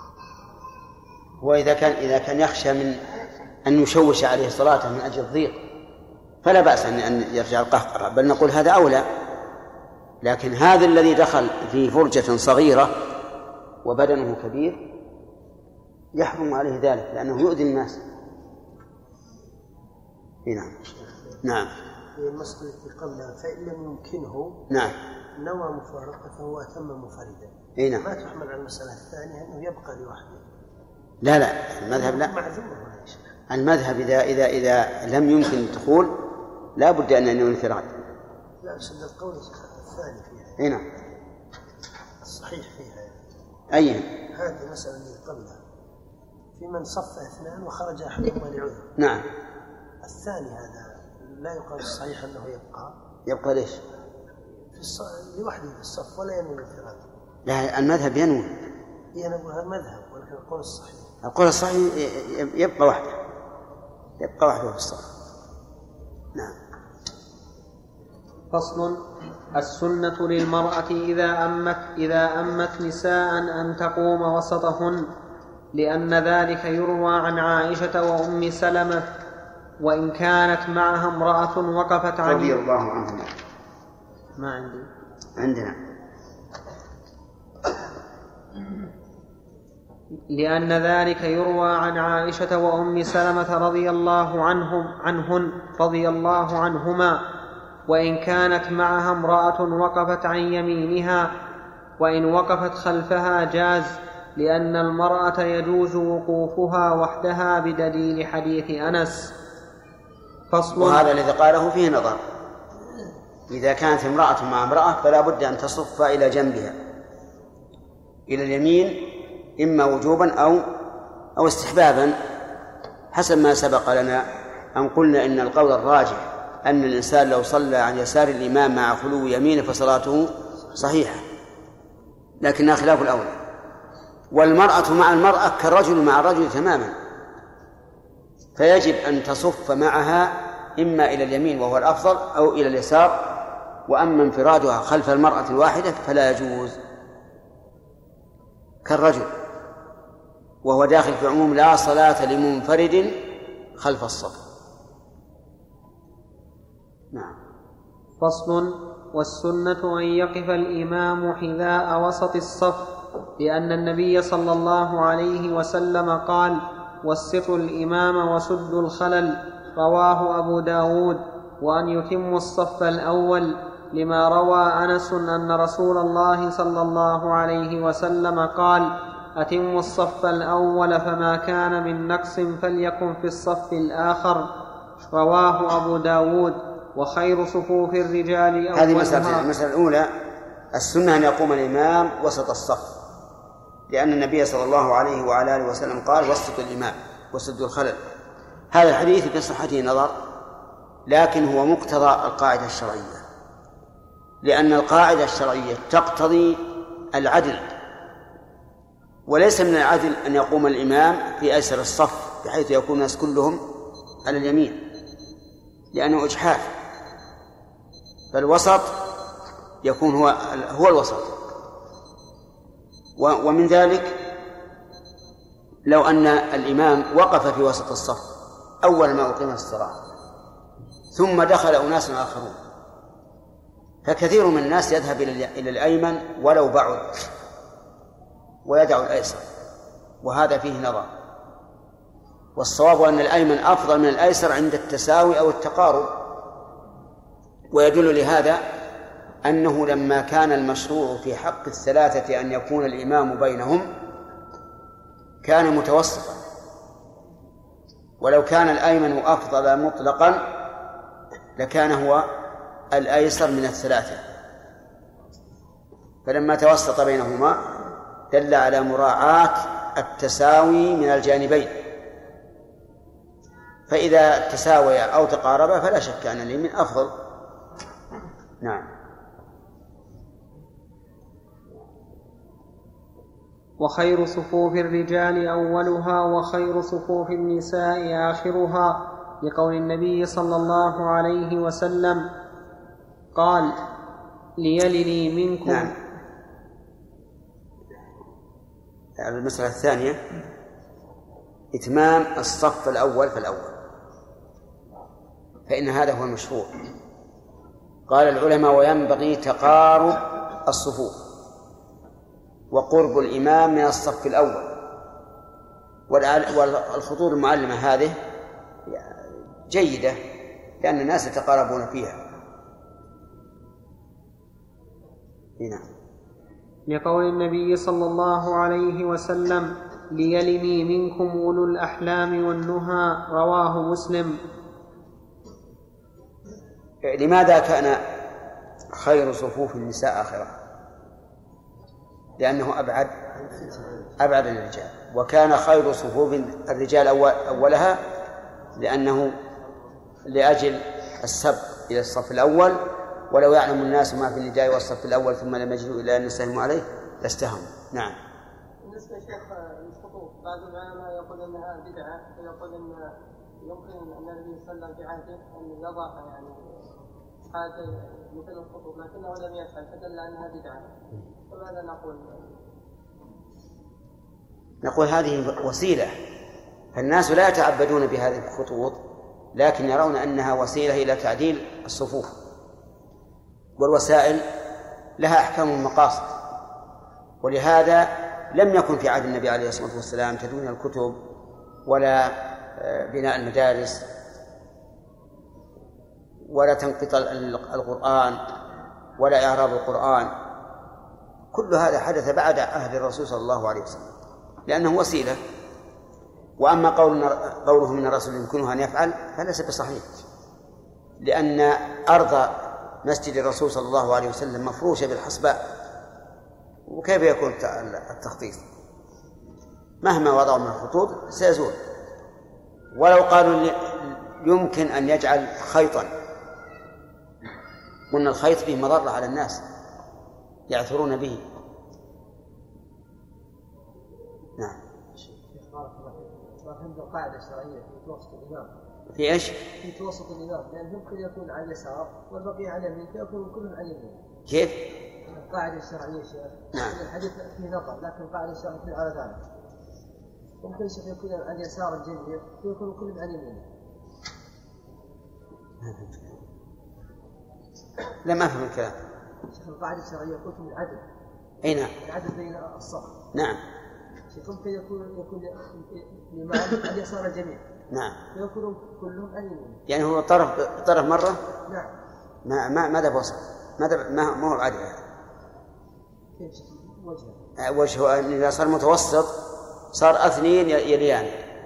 هو إذا كان إذا كان يخشى من أن يشوش عليه صلاته من أجل الضيق فلا بأس أن يرجع القهقرة، بل نقول هذا أولى. لكن هذا الذي دخل في فرجة صغيرة وبدنه كبير يحرم عليه ذلك لأنه يؤذي الناس. نعم. نعم. في المسألة التي قبلها فإن لم يمكنه نعم نوى مفارقته وأتم منفردا. نعم. ما تحمل على المسألة الثانية أنه يبقى لوحده. لا لا المذهب لا. المذهب إذا إذا إذا لم يمكن الدخول لا بد أن ينفرد. لا أقصد القول الثاني فيها. نعم. الصحيح فيها. أي. هذه مسألة اللي قبلها. في من صف اثنان وخرج أحدهما لعذر. نعم. الثاني هذا لا يقال الصحيح أنه يبقى. يبقى ليش؟ في الص... لوحده في الصف ولا ينوي الانفراد. لا المذهب ينوي. ينوي هذا المذهب ولكن القول الصحيح. القول الصحيح يبقى وحده. يبقى وحده في الصف. نعم. فصل. السنة للمرأة إذا أمت إذا أمت نساء أن تقوم وسطهن، لأن ذلك يروى عن عائشة وأم سلمة، وإن كانت معها امرأة وقفت عن رضي الله عنهما. ما عندي. عندنا. لأن ذلك يروى عن عائشة وأم سلمة رضي الله عنهم عنهن رضي الله عنهما، وإن كانت معها امرأة وقفت عن يمينها، وإن وقفت خلفها جاز، لأن المرأة يجوز وقوفها وحدها بدليل حديث أنس. فصل. وهذا الذي قاله فيه نظر. إذا كانت امرأة مع امرأة فلا بد أن تصف إلى جنبها إلى اليمين، إما وجوبا أو أو استحبابا حسب ما سبق لنا أن قلنا إن القول الراجح أن الإنسان لو صلى عن يسار الإمام مع خلو يمينه فصلاته صحيحة، لكنها خلاف الأولى. والمرأة مع المرأة كالرجل مع الرجل تماما، فيجب أن تصف معها إما إلى اليمين وهو الأفضل أو إلى اليسار، وأما انفرادها خلف المرأة الواحدة فلا يجوز، كالرجل وهو داخل في عموم لا صلاة لمنفرد خلف الصف. نعم. فصل. والسنة أن يقف الإمام حذاء وسط الصف، لأن النبي صلى الله عليه وسلم قال: وسطوا الإمام وسدوا الخلل، رواه أبو داود. وأن يتموا الصف الأول، لما روى أنس أن رسول الله صلى الله عليه وسلم قال: أتموا الصف الأول، فما كان من نقص فليكن في الصف الآخر، رواه أبو داود. وخير صفوف الرجال أولها. هذه مسألة. المسألة الأولى السنة أن يقوم الإمام وسط الصف، لأن النبي صلى الله عليه وعلى آله وسلم قال: وسطوا الإمام وسدوا الخلل. هذا الحديث في صحته نظر، لكن هو مقتضى القاعدة الشرعية، لأن القاعدة الشرعية تقتضي العدل، وليس من العدل أن يقوم الإمام في أيسر الصف بحيث يكون الناس كلهم على اليمين، لأنه إجحاف. فالوسط يكون هو هو الوسط. ومن ذلك لو أن الإمام وقف في وسط الصف أول ما أقيمت الصلاة ثم دخل أناس آخرون، فكثير من الناس يذهب إلى الأيمن ولو بعد ويدع الأيسر، وهذا فيه نظر. والصواب أن الأيمن أفضل من الأيسر عند التساوي أو التقارب. ويدل لهذا أنه لما كان المشروع في حق الثلاثة أن يكون الإمام بينهم كان متوسطا، ولو كان الأيمن أفضل مطلقا لكان هو الأيسر من الثلاثة. فلما توسط بينهما دل على مراعاة التساوي من الجانبين، فإذا تساويا أو تقاربا فلا شك أن اليمين أفضل. نعم. وخير صفوف الرجال أولها وخير صفوف النساء آخرها، لقول النبي صلى الله عليه وسلم قال: ليلني منكم. نعم. المسألة الثانية إتمام الصف الأول فالأول، فإن هذا هو المشروع. قال العلماء: وينبغي تقارب الصفوف وقرب الإمام من الصف الأول. والخطوط المعلمة هذه جيدة لأن الناس يتقاربون فيها. هنا لقول النبي صلى الله عليه وسلم: ليلني منكم أولو الأحلام والنهى، رواه مسلم. لماذا كان خير صفوف النساء آخرها؟ لأنه أبعد أبعد الرجال، وكان خير صفوف الرجال أولها لأنه لأجل السبق إلى الصف الأول، ولو يعلم الناس ما في النداء والصف الأول ثم لم يجدوا إلا أن يستهموا عليه لاستهموا. نعم. بالنسبة لشيخ الخطوط، بعض العلماء يقول أنها بدعة، ويقول أن يمكن أن النبي صلى الله عليه وسلم في عهده أن يضع يعني حاجة مثل الخطوط لكنه لم يفعل، فدل أنها بدعة. فماذا نقول؟ نقول هذه وسيلة، فالناس لا يتعبدون بهذه الخطوط، لكن يرون أنها وسيلة إلى تعديل الصفوف، والوسائل لها أحكام المقاصد. ولهذا لم يكن في عهد النبي عليه الصلاة والسلام تدوين الكتب ولا بناء المدارس ولا تنقيط القرآن ولا إعراب القرآن. كل هذا حدث بعد عهد الرسول صلى الله عليه وسلم لأنه وسيلة. وأما قوله من الرسول يمكنه أن يفعل فليس بصحيح، لأن أرض مسجد الرسول صلى الله عليه وسلم مفروشة بالحصباء، وكيف يكون التخطيط؟ مهما وضعوا من الخطوط سيزول. ولو قالوا يمكن أن يجعل خيطا، قلنا الخيط فيه مضرة على الناس يعثرون به. نعم. عنده قاعدة شرعية في توسط الإمام. في إيش؟ في توسط الإمام، لأن يمكن يكون على اليسار والبقية على اليمين، فيكون كلهم على اليمين. كيف؟ القاعدة الشرعية شيخ. نعم. الحديث فيه نظر، لكن القاعدة الشرعية على ذلك. ممكن شيخ يكون على اليسار الجميع، فيكون كلهم على اليمين. لا ما أفهم الكلام. شيخ القاعدة الشرعية قلت من العدل. أي نعم. العدل بين الصف. نعم. ممكن يكون يكون الإمام على يسار الجميع. نعم. يكونوا كلهم على اليمين. يعني هو طرف طرف مرة. نعم. ما ما ماذا بوصل؟ ماذا ما ما هو عادي هذا؟ كيف وجهه؟ وجهه أن إذا صار متوسط صار اثنين يليان.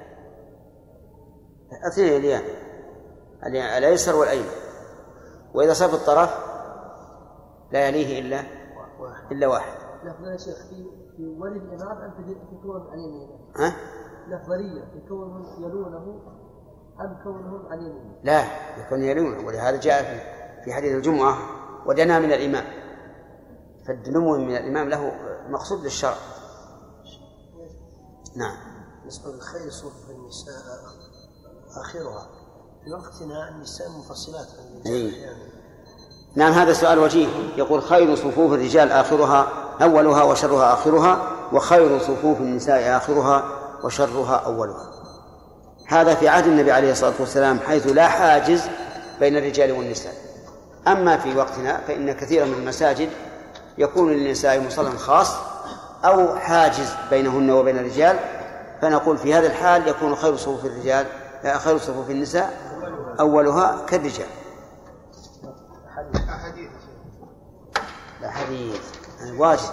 اثنين يليان. الأيسر والأيمن. وإذا صار في الطرف لا يليه إلا إلا واحد. لفظ يا شيخ في في ولي الإمام أم في كون عن يمينه؟ ها؟ الأفضلية في كونهم يلونه أم كونهم عن يمينه؟ لا، يكون يلونه، ولهذا جاء في حديث الجمعة: ودنا من الإمام. فالدنو من الإمام له مقصود للشرع. نعم. بالنسبة للخير صفوف النساء آخرها، في وقتنا النساء منفصلات عن الرجال. نعم، هذا سؤال وجيه. يقول: خير صفوف الرجال آخرها أولها وشرها آخرها، وخير صفوف النساء آخرها وشرها أولها. هذا في عهد النبي عليه الصلاة والسلام حيث لا حاجز بين الرجال والنساء. أما في وقتنا فإن كثيرا من المساجد يكون للنساء مصلى خاص أو حاجز بينهن وبين الرجال، فنقول في هذا الحال يكون خير صفوف الرجال خير صفوف النساء أولها كالرجال. الحديث واجب.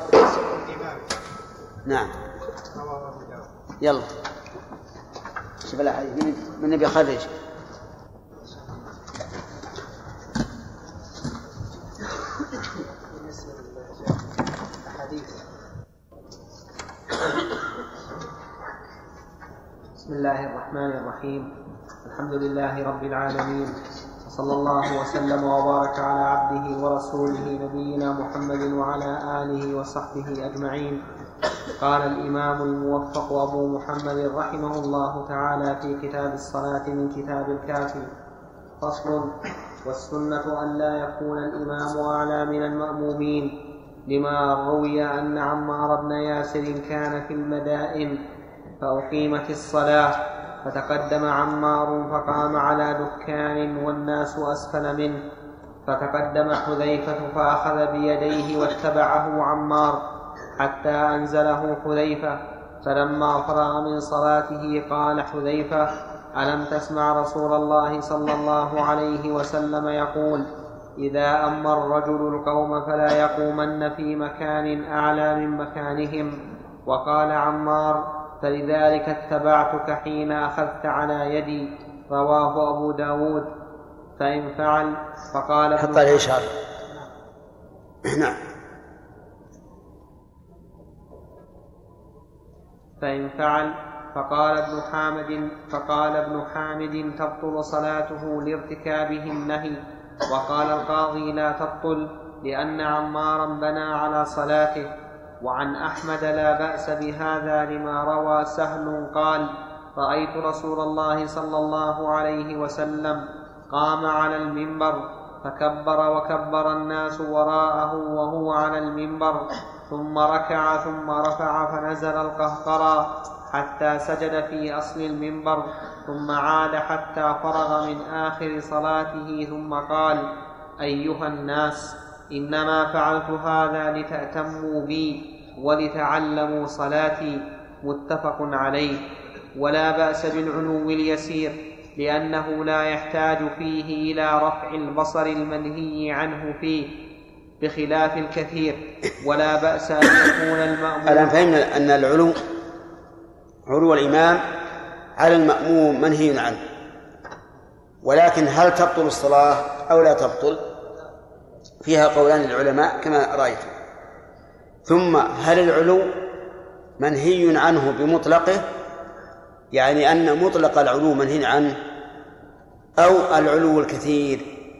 نعم. يلا شوف الحديث من نبي خرج. الرحمن الرحيم. الحمد لله رب العالمين، وصلى الله وسلم وبارك على عبده ورسوله نبينا محمد وعلى آله وصحبه أجمعين. قال الإمام الموفق أبو محمد رحمه الله تعالى في كتاب الصلاة من كتاب الكافي: فصل: والسنة أن لا يكون الإمام أعلى من المأمومين، لما روي أن عمار بن ياسر كان في المدائن فأقيمت الصلاة فتقدم عمار فقام على دكان والناس أسفل منه، فتقدم حذيفة فأخذ بيديه واتبعه عمار حتى أنزله حذيفة، فلما فرغ من صلاته قال حذيفة: ألم تسمع رسول الله صلى الله عليه وسلم يقول: إذا أما الرجل القوم فلا يقومن في مكان أعلى من مكانهم. وقال عمار: فلذلك اتبعتك حين أخذت على يدي. رواه أبو داود. فإن فعل فقال حط عليه إشارة. نعم. فإن فعل فقال ابن حامد فقال ابن حامد تبطل صلاته لارتكابه النهي. وقال القاضي: لا تبطل، لأن عمارا بنى على صلاته. وعن أحمد: لا بأس بهذا، لما روى سهل قال: رأيت رسول الله صلى الله عليه وسلم قام على المنبر فكبر وكبر الناس وراءه وهو على المنبر، ثم ركع ثم رفع فنزل القهقرى حتى سجد في أصل المنبر، ثم عاد حتى فرغ من آخر صلاته، ثم قال: أيها الناس، إنما فعلت هذا لتأتموا بي ولتعلموا صلاتي. متفق عليه. ولا بأس بالعلو اليسير، لأنه لا يحتاج فيه إلى رفع البصر المنهي عنه فيه، بخلاف الكثير. ولا بأس أن يكون المأموم. الآن فهمنا أن العلو علو الإمام على المأموم منهي عنه، ولكن هل تبطل الصلاة أو لا تبطل؟ فيها قولان للعلماء كما رأيت. ثم هل العلو منهي عنه بمطلقه، يعني أن مطلق العلو منهي عنه، أو العلو الكثير؟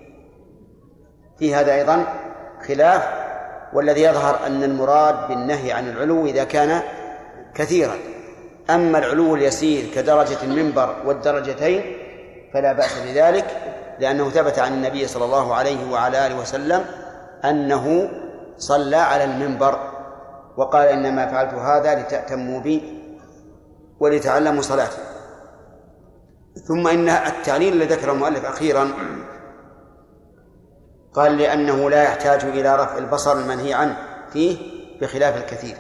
في هذا أيضا خلاف، والذي يظهر أن المراد بالنهي عن العلو إذا كان كثيرا. أما العلو اليسير كدرجة المنبر والدرجتين فلا بأس بذلك، لأنه ثبت عن النبي صلى الله عليه وعلى آله وسلم أنه صلى على المنبر وقال: إنما فعلت هذا لتأتموا بي ولتعلموا صلاتي. ثم إن التعليل الذي ذكره المؤلف أخيرا قال: لأنه لا يحتاج إلى رفع البصر المنهي عنه فيه، بخلاف الكثير.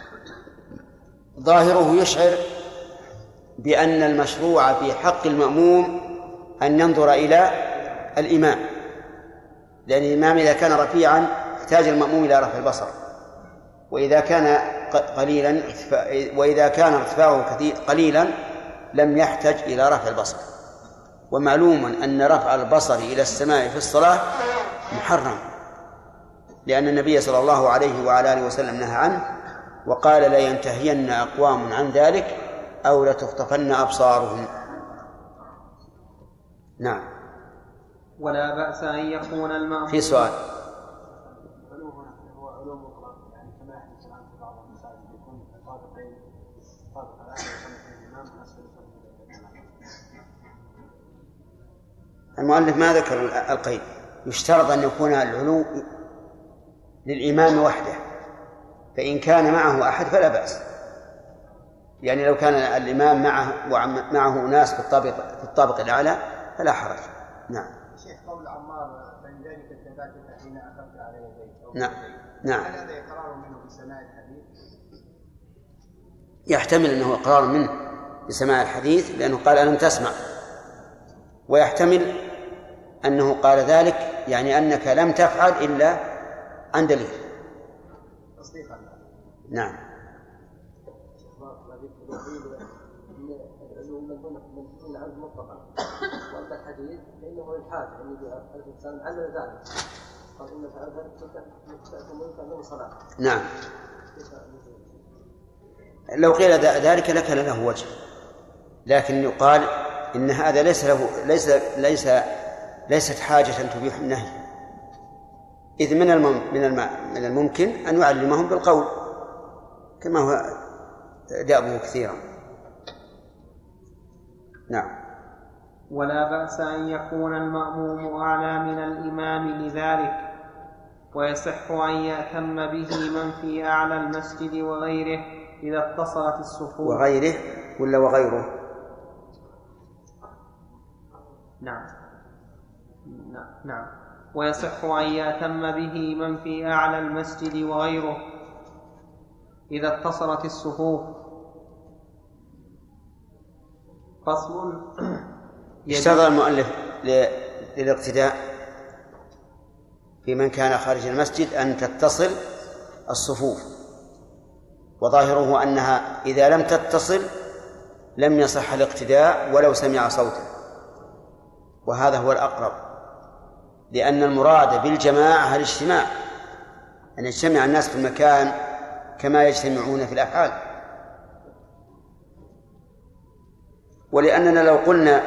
ظاهره يشعر بأن المشروع في حق المأموم أن ينظر إلى الإمام، لأن الإمام إذا كان رفيعا احتاج المأموم إلى رفع البصر، وإذا كان قليلا وإذا كان ارتفاعه كثير قليلا لم يحتج إلى رفع البصر. ومعلوم أن رفع البصر إلى السماء في الصلاة محرم، لأن النبي صلى الله عليه وعلى آله وسلم نهى عنه، وقال: لا ينتهين أقوام عن ذلك أو لتخطفن أبصارهم. نعم. ولا بأس أن يكون المأموم. في سؤال. المؤلف ما ذكر القيد، يشترط أن يكون العلو للإمام وحده، فإن كان معه أحد فلا بأس. يعني لو كان الإمام معه ومعه ناس في الطابق في الطابق الأعلى فلا حرج. نعم. شيخ، قول عمار: فلذلك اتبعتك حين أخذت على يديك. نعم. نعم. هل هذا إقرار منه بسماع الحديث؟ يحتمل أنه إقرار منه بسماع الحديث، لأنه قال: ألم تسمع. ويحتمل أنه قال ذلك يعني أنك لم تفعل إلا عن دليل. تصديقا. نعم. وأما الحديث فإنه الحاج أن الإنسان علم ذلك، قال: إن فعلت صلاة. نعم. لو قيل ذلك لكان له وجه، لكن يقال إن هذا ليس له ليس ليس ليست حاجة تبيح النهي، إذ من من من الممكن أن يعلمهم بالقول كما هو دأبه كثيرا. نعم. ولا بأس أن يكون المأموم أعلى من الإمام لذلك، ويصح أن يأتم به من في أعلى المسجد وغيره إذا اتصلت الصفوف. وغيره ولا وغيره؟ نعم نعم. ويصح أن يأتم به من في أعلى المسجد وغيره إذا اتصلت الصفوف. فصل. اشتغل المؤلف للاقتداء في من كان خارج المسجد أن تتصل الصفوف، وظاهره أنها إذا لم تتصل لم يصح الاقتداء ولو سمع صوتا، وهذا هو الأقرب، لأن المراد بالجماعة الاجتماع، أن يجتمع الناس في المكان كما يجتمعون في الأفعال. ولأننا لو قلنا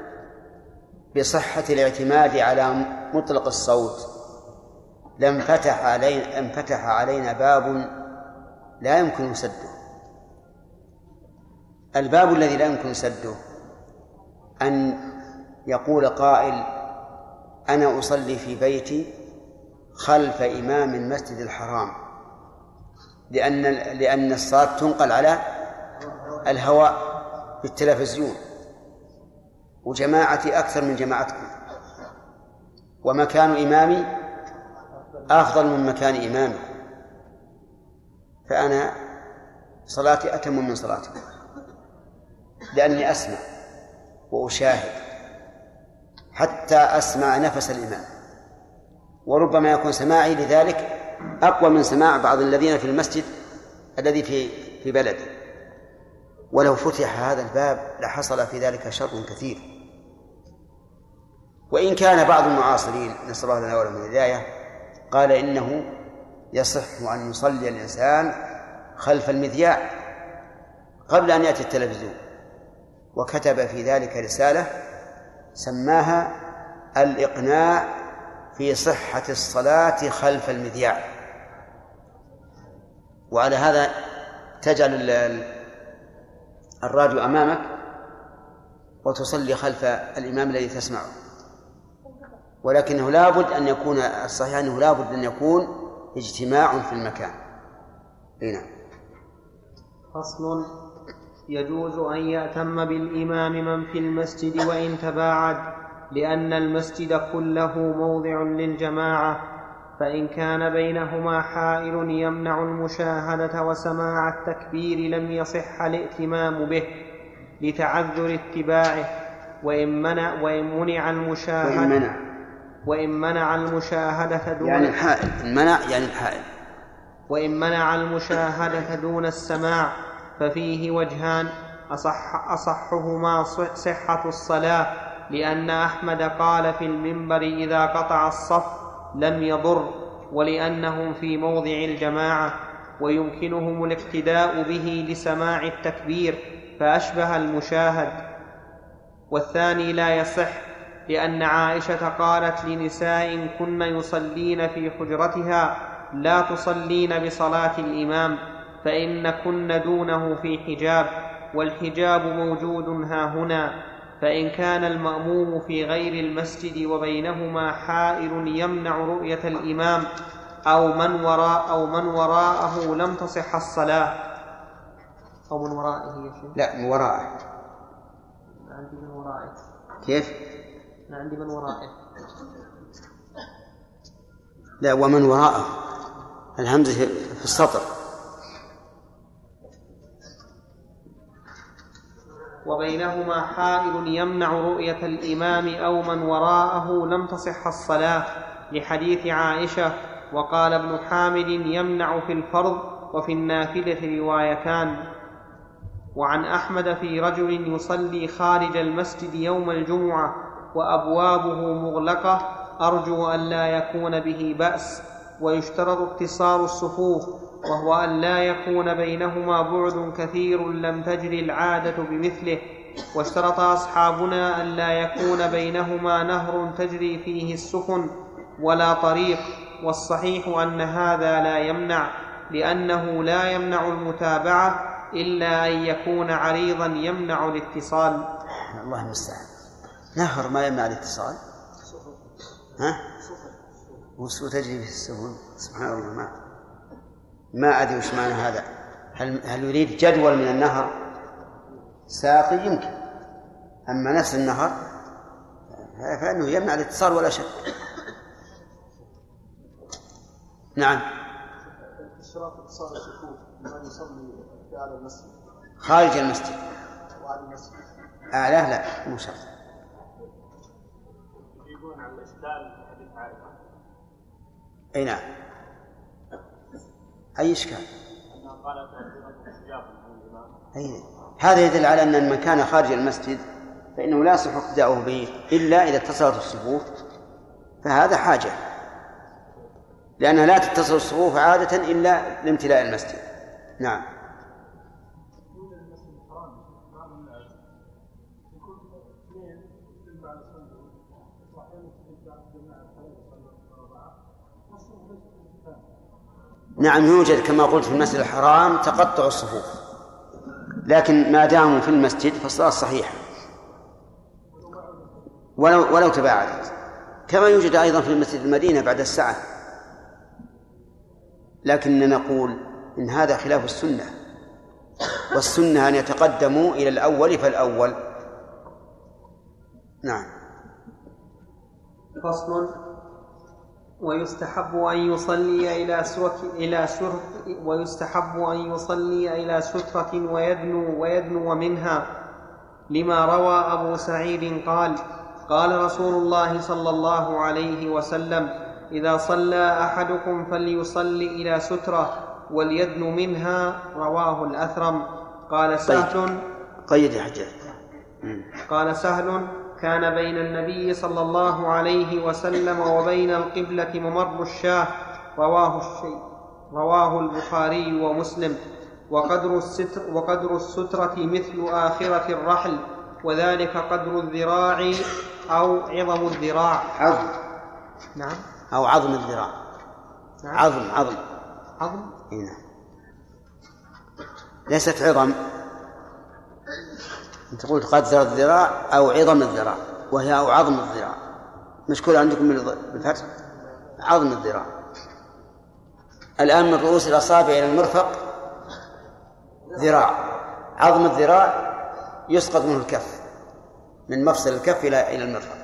بصحة الاعتماد على مطلق الصوت لانفتح علينا انفتح علينا باب لا يمكن سده. الباب الذي لا يمكن سده أن يقول قائل أنا أصلي في بيتي خلف إمام المسجد الحرام، لأن لأن الصلاة تنقل على الهواء بالتلفزيون، وجماعتي أكثر من جماعتكم، ومكان إمامي أفضل من مكان إمامكم، فأنا صلاتي أتم من صلاتكم لأني أسمع وأشاهد حتى أسمع نفس الإمام، وربما يكون سماعي لذلك أقوى من سماع بعض الذين في المسجد الذي في في بلدي. ولو فتح هذا الباب لحصل في ذلك شر كثير. وإن كان بعض المعاصرين نسأل الله لنا ولهم الهداية قال إنه يصح أن يصلي الإنسان خلف المذياع قبل أن يأتي التلفزيون، وكتب في ذلك رسالة سماها الإقناع في صحة الصلاة خلف المذياع. وعلى هذا تجعل الراديو أمامك وتصلي خلف الإمام الذي تسمعه، ولكنه لابد أن يكون الصحيح أنه لابد أن يكون اجتماع في المكان. هنا فصل. يجوز أن يأتم بالإمام من في المسجد وإن تباعد، لأن المسجد كله موضع للجماعة، فإن كان بينهما حائل يمنع المشاهدة وسماع التكبير لم يصح الائتمام به لتعذر اتباعه. وإن منع وإن منع المشاهدة وإن منع, وإن منع المشاهدة دون يعني الحائل المنع يعني الحائل وإن منع المشاهدة دون السماع ففيه وجهان، أصح أصحهما صحة الصلاة، لأن أحمد قال في المنبر إذا قطع الصف لم يضر، ولأنهم في موضع الجماعة ويمكنهم الاقتداء به لسماع التكبير فأشبه المشاهد. والثاني لا يصح، لأن عائشة قالت لنساء كن يصلين في حجرتها لا تصلين بصلاة الإمام فإن كن دونه في حجاب، والحجاب موجود هاهنا. فإن كان المأموم في غير المسجد وبينهما حائل يمنع رؤية الإمام أو من وراء أو من وراءه لم تصح الصلاة. أو من ورائه يا شيخ؟ لا، من وراءه. عندي من ورائه. كيف؟ عندي من ورائه. لا، ومن وراءه الهمزة في السطر. وبينهما حائل يمنع رؤية الإمام أو من وراءه لم تصح الصلاة، لحديث عائشة. وقال ابن حامد يمنع في الفرض وفي النافلة روايتان. وعن أحمد في رجل يصلي خارج المسجد يوم الجمعة وأبوابه مغلقة أرجو أن لا يكون به بأس، ويشترط اتصال الصفوف، وهو أن لا يكون بينهما بعد كثير لم تجري العادة بمثله واشترط أصحابنا أن لا يكون بينهما نهر تجري فيه السفن ولا طريق، والصحيح أن هذا لا يمنع، لأنه لا يمنع المتابعة إلا أن يكون عريضا يمنع الاتصال. الله المستعان. نهر ما يمنع الاتصال؟ ها؟ وسو تجري في السفن. سبحان الله. ما ما أدري وش معنى هذا. هل هل يريد جدول من النهر ساقي؟ يمكن. أما نفس النهر فإنه يمنع الاتصال ولا شك. نعم. اشتراط اتصال الصفوف من يصلي في أعلى المسجد خارج المسجد. وعلى المسجد أعلاه لا مو شرط. يجيبون عن الإشكال في حديث عائشة. أي نعم. أي إشكال؟ أنها قالت احتجاب عن الإمام. أي هذا يدل على أن المكان خارج المسجد فإنه لا يصح اقتداؤه به إلا إذا اتصلت الصفوف، فهذا حاجة، لأنها لا تتصل الصفوف عادة إلا لامتلاء المسجد. نعم. نعم يوجد كما قلت في المسجد الحرام تقطع الصفوف، لكن ما داموا في المسجد فالصلاة صحيحة ولو, ولو تباعدت، كما يوجد أيضا في المسجد المدينة بعد الساعة، لكن نقول إن هذا خلاف السنة، والسنة أن يتقدموا إلى الأول فالأول. نعم. فصل. ويستحب أن يصلي إلى سوك إلى سر ويستحب أن يصلي إلى سترة ويدنو ويدنو منها، لما روى أبو سعيد قال: قال رسول الله صلى الله عليه وسلم: إذا صلى أحدكم فليصلي إلى سترة وليدن منها، رواه الأثرم. قال سهل قيد يا حجاج. قال سهل: كان بين النبي صلى الله عليه وسلم وبين القبلة ممر الشاة، رواه الشيء رواه البخاري ومسلم. وقدر الستر وقدر السترة مثل آخرة الرحل، وذلك قدر الذراع أو عظم الذراع. عظم. نعم. أو عظم الذراع. نعم. عظم عظم عظم. هنا ليست عظم، أنت قلت قدر الذراع أو عظم الذراع، وهي أو عظم الذراع. مشكول عندكم بالفتح عظم الذراع. الآن من رؤوس الأصابع إلى المرفق ذراع، عظم الذراع يسقط منه الكف، من مفصل الكف إلى إلى المرفق.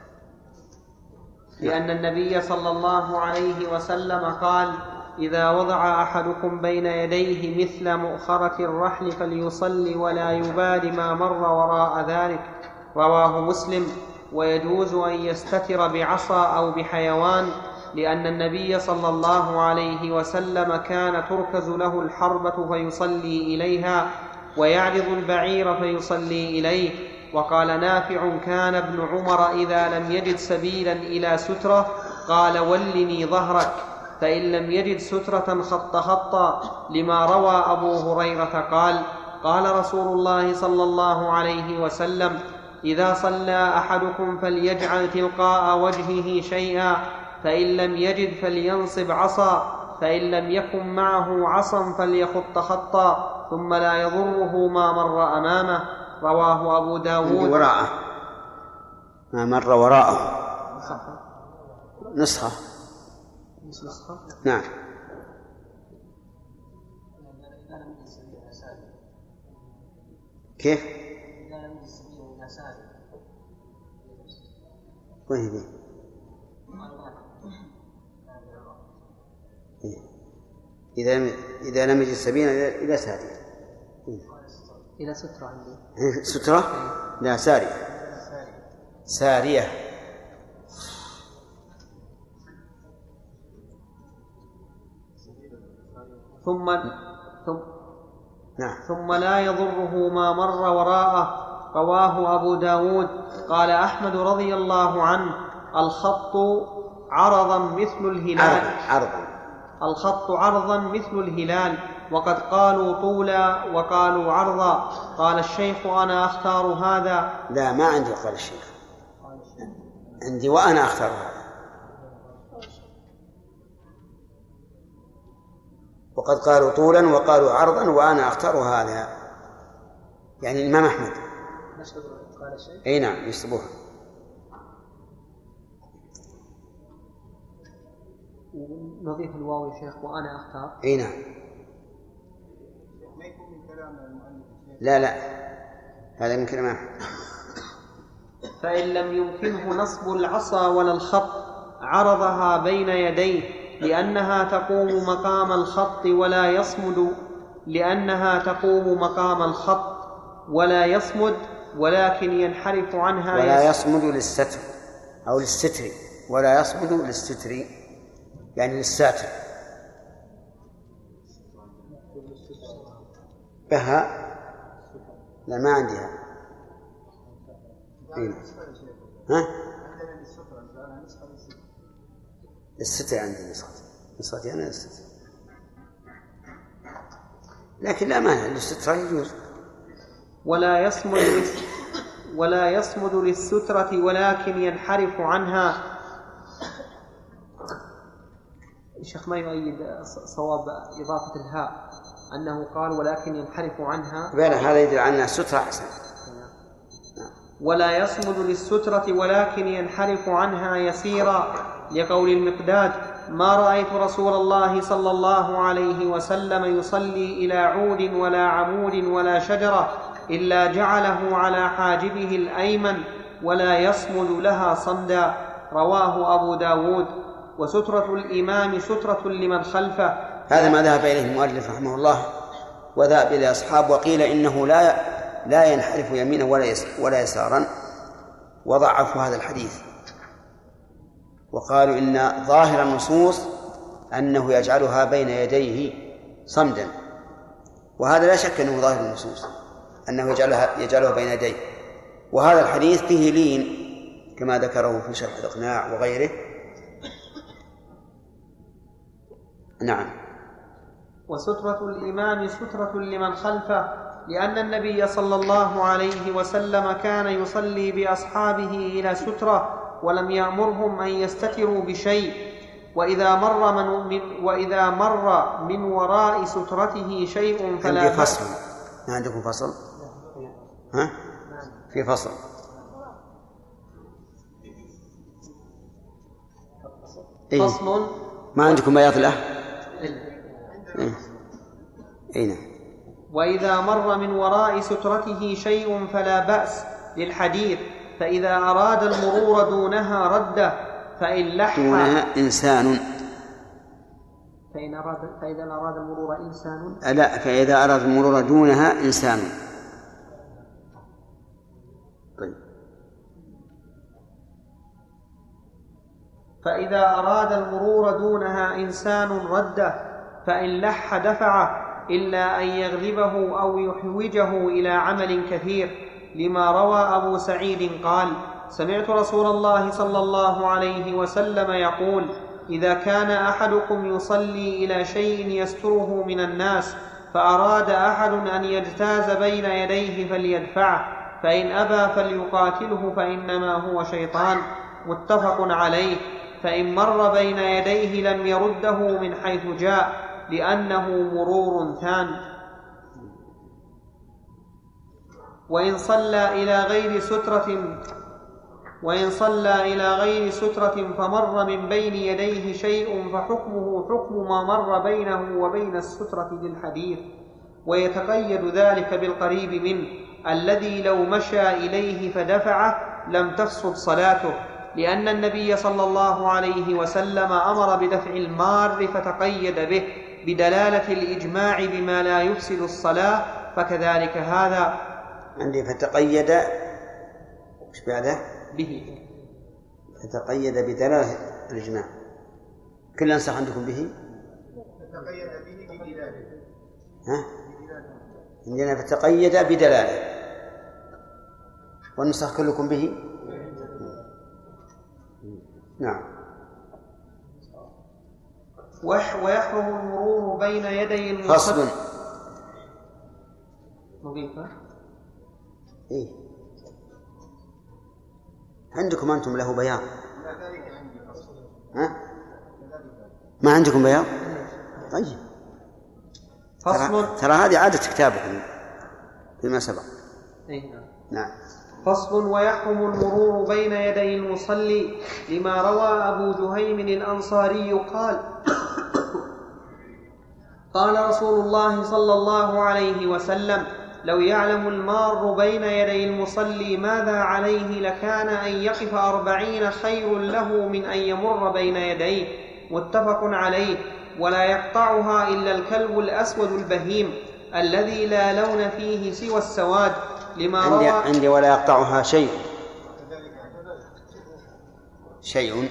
لأن النبي صلى الله عليه وسلم قال: إذا وضع أحدكم بين يديه مثل مؤخرة الرحل فليصلي ولا يبال ما مر وراء ذلك، رواه مسلم. ويجوز أن يستتر بعصا أو بحيوان، لأن النبي صلى الله عليه وسلم كان تركز له الحربة فيصلي إليها، ويعرض البعير فيصلي إليه. وقال نافع: كان ابن عمر إذا لم يجد سبيلا إلى سترة قال: ولني ظهرك، فإن لم يجد سترة خط خطا، لما روى أبو هريرة قال: قال رسول الله صلى الله عليه وسلم: إذا صلى أحدكم فليجعل تلقاء وجهه شيئا، فإن لم يجد فلينصب عصا، فإن لم يكن معه عصا فليخط خطا، ثم لا يضره ما مر أمامه، رواه أبو داود. وراءه ما مر وراءه نسخة. نعم. كيف؟ وين هي؟ إذا إذا لم يجد سبيلا إلى سارية. إلى سترة عندي. سترة؟ لا سارية. سارية. ثم ثم نعم. ثم لا يضره ما مر وراءه، رواه أبو داود. قال أحمد رضي الله عنه: الخط عرضا مثل الهلال عرضا. الخط عرضا مثل الهلال، وقد قالوا طولا وقالوا عرضا. قال الشيخ أنا أختار هذا. لا، ما عندي قال الشيخ، عندي وأنا أختار هذا. وقد قالوا طولا وقالوا عرضا وأنا أختار هذا، يعني الإمام أحمد. أي نعم يشتبهها. نضيف الواو يا شيخ وأنا أختار. أي نعم. لا لا هذا من كلام أحمد. فإن لم يمكنه نصب العصا ولا الخط عرضها بين يديه لأنها تقوم مقام الخط ولا يصمد لأنها تقوم مقام الخط ولا يصمد ولكن ينحرف عنها. ولا يصمد للستر أو للستر، ولا يصمد للستر يعني للساتر. بها لا ما عندها. ها؟ الستر عندي نسخة نسختي أنا الستر، لكن لا مانع للستر يجوز. ولا يصمد للس... ولا يصمد للسترة ولكن ينحرف عنها. الشيخ ما يؤيد صواب إضافة الهاء أنه قال ولكن ينحرف عنها. بلا هذا يدل على أن السترة أحسن. ولا يصمد للسترة ولكن ينحرف عنها يسيرا، لقول المقداد ما رأيت رسول الله صلى الله عليه وسلم يصلي إلى عود ولا عمود ولا شجرة إلا جعله على حاجبه الأيمن ولا يصمد لها صمدا. رواه أبو داود. وسترة الإمام سترة لمن خلفه. هذا ما ذهب إليه المؤلف رحمه الله وذهب إلى أصحاب، وقيل إنه لا لا ينحرف يمينا ولا يسارا، وضعفوا هذا الحديث وقالوا إن ظاهر النصوص أنه يجعلها بين يديه صمدا، وهذا لا شك أنه ظاهر النصوص أنه يجعلها يجعلها بين يديه. وهذا الحديث فيه لين كما ذكره في شرح الإقناع وغيره. نعم. وسترة الإمام سترة لمن خلفه، لأن النبي صلى الله عليه وسلم كان يصلي بأصحابه إلى سترة ولم يأمرهم أن يستتروا بشيء. وإذا مر من, وإذا مر من وراء سترته شيء فلا عندي فصل. ما عندكم فصل؟ ها؟ في فصل. إيه؟ فصل. ما عندكم بياض له؟ إيه؟ إيه نعم. وإذا مر من وراء سترته شيء فلا بأس للحديث، فإذا أراد المرور دونها رده، فإن لح دونها إنسان فإن أراد فإذا أراد المرور إنسان لا فإذا أراد المرور دونها إنسان. طيب. فإذا أراد المرور دونها إنسان رده، فإن لح دفعه إلا أن يغلبه أو يحوجه إلى عمل كثير، لما روى أبو سعيد قال سمعت رسول الله صلى الله عليه وسلم يقول إذا كان أحدكم يصلي إلى شيء يستره من الناس فأراد أحد أن يجتاز بين يديه فليدفعه، فإن أبى فليقاتله فإنما هو شيطان. متفق عليه. فإن مر بين يديه لم يرده من حيث جاء لأنه مرور ثان. وإن صلى إلى غير سترة وإن صلى إلى غير سترة فمر من بين يديه شيء فحكمه حكم ما مر بينه وبين السترة للحديث، ويتقيد ذلك بالقريب منه الذي لو مشى إليه فدفعه لم تفسد صلاته، لأن النبي صلى الله عليه وسلم أمر بدفع المار فتقيد به بدلالة الإجماع بما لا يفسد الصلاة، فكذلك هذا. عندي فتقيد ايش بعده؟ به. فتقيد بدلالة الإجماع. كل أنسخ عندكم به؟ فتقيد به بدلاله. ها؟ عندنا فتقيد بدلاله. والنسخ كلكم به؟ نعم. ويحرم المرور بين يدي المصلي. فصل. نضيفه. إيه عندكم أنتم له بيان؟ ها؟ ما عندكم بيان؟ طيب. فصل. ترى هذه عادة كتابكم فيما سبق. إيه. نعم. فصل. ويحرم المرور بين يدي المصلي لما روى أبو جهيم الأنصاري قال قال رسول الله صلى الله عليه وسلم: لو يعلم المار بين يدي المصلي ماذا عليه لكان أن يقف أربعين خير له من أن يمر بين يديه. متفق عليه. ولا يقطعها إلا الكلب الأسود البهيم الذي لا لون فيه سوى السواد لما عندي, روى عندي ولا يقطعها شيء شيء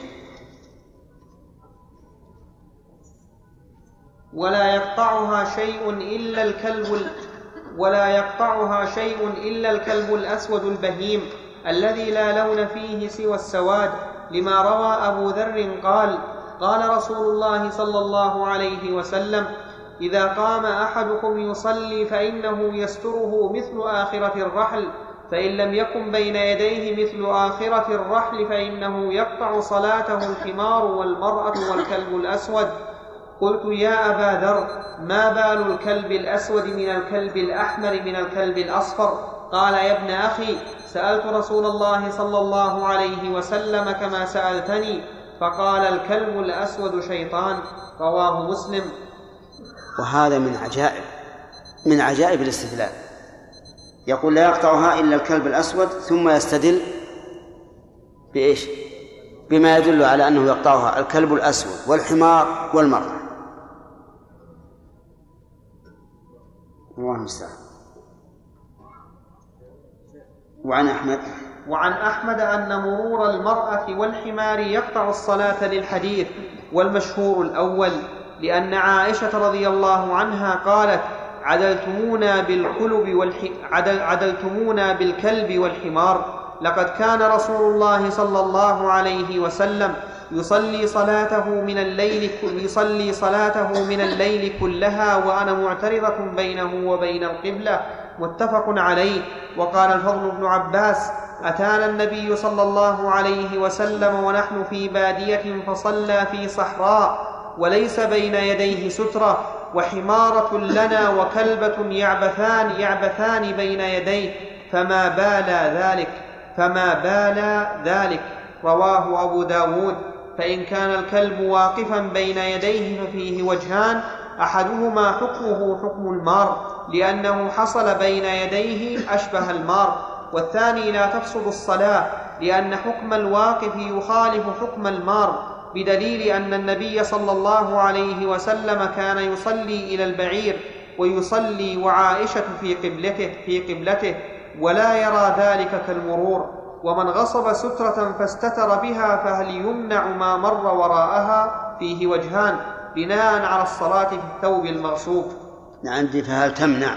ولا يقطعها شيء إلا الكلب ولا يقطعها شيء إلا الكلب الأسود البهيم الذي لا لون فيه سوى السواد لما روى أبو ذر قال: قال رسول الله صلى الله عليه وسلم: إذا قام أحدكم يصلي فإنه يستره مثل آخرة الرحل، فإن لم يكن بين يديه مثل آخرة الرحل فإنه يقطع صلاته الحمار والمرأة والكلب الأسود. قلت: يا أبا ذر، ما بال الكلب الأسود من الكلب الأحمر من الكلب الأصفر؟ قال: يا ابن أخي، سألت رسول الله صلى الله عليه وسلم كما سألتني، فقال: الكلب الأسود شيطان. رواه مسلم. وهذا من عجائب من عجائب الاستدلال. يقول: لا يقطعها إلا الكلب الأسود، ثم يستدل بإيش؟ بما يدل على أنه يقطعها الكلب الأسود والحمار والمرأة. الله المستعان. وعن أحمد وعن أحمد أن مرور المرأة والحمار يقطع الصلاة للحديث، والمشهور الأول، لأن عائشة رضي الله عنها قالت: عدلتمونا بالكلب والح... عدل... عدلتمونا بالكلب والحمار. لقد كان رسول الله صلى الله عليه وسلم يصلي صلاته من الليل يصلي صلاته من الليل كلها وأنا معترضة بينه وبين القبلة. متفق عليه. وقال الفضل بن عباس: أتانا النبي صلى الله عليه وسلم ونحن في بادية فصلى في صحراء وليس بين يديه سترة، وحمارة لنا وكلبة يعبثان يعبثان بين يديه، فما بال ذلك فما بال ذلك رواه أبو داود. فإن كان الكلب واقفا بين يديه ففيه وجهان: أحدهما حكمه حكم المار لأنه حصل بين يديه أشبه المار، والثاني لا تفسد الصلاة لأن حكم الواقف يخالف حكم المار، بدليل أن النبي صلى الله عليه وسلم كان يصلي إلى البعير ويصلي وعائشة في قبلته, في قبلته ولا يرى ذلك كالمرور. ومن غصب سترة فاستتر بها فهل يمنع ما مر وراءها؟ فيه وجهان بناء على الصلاة في الثوب المغصوب. عندي فهل تمنع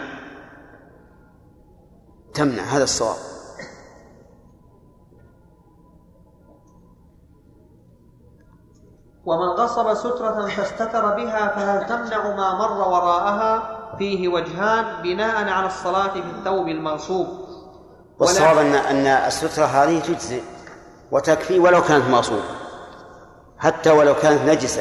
تمنع هذا الصواب. ومن غصب سترة فاستتر بها فهل تمنع ما مر وراءها؟ فيه وجهان بناء على الصلاة في الثوب المغصوب. والصواب أن أن السترة هذه تجزي وتكفي ولو كانت مغصوبة، حتى ولو كانت نجسة،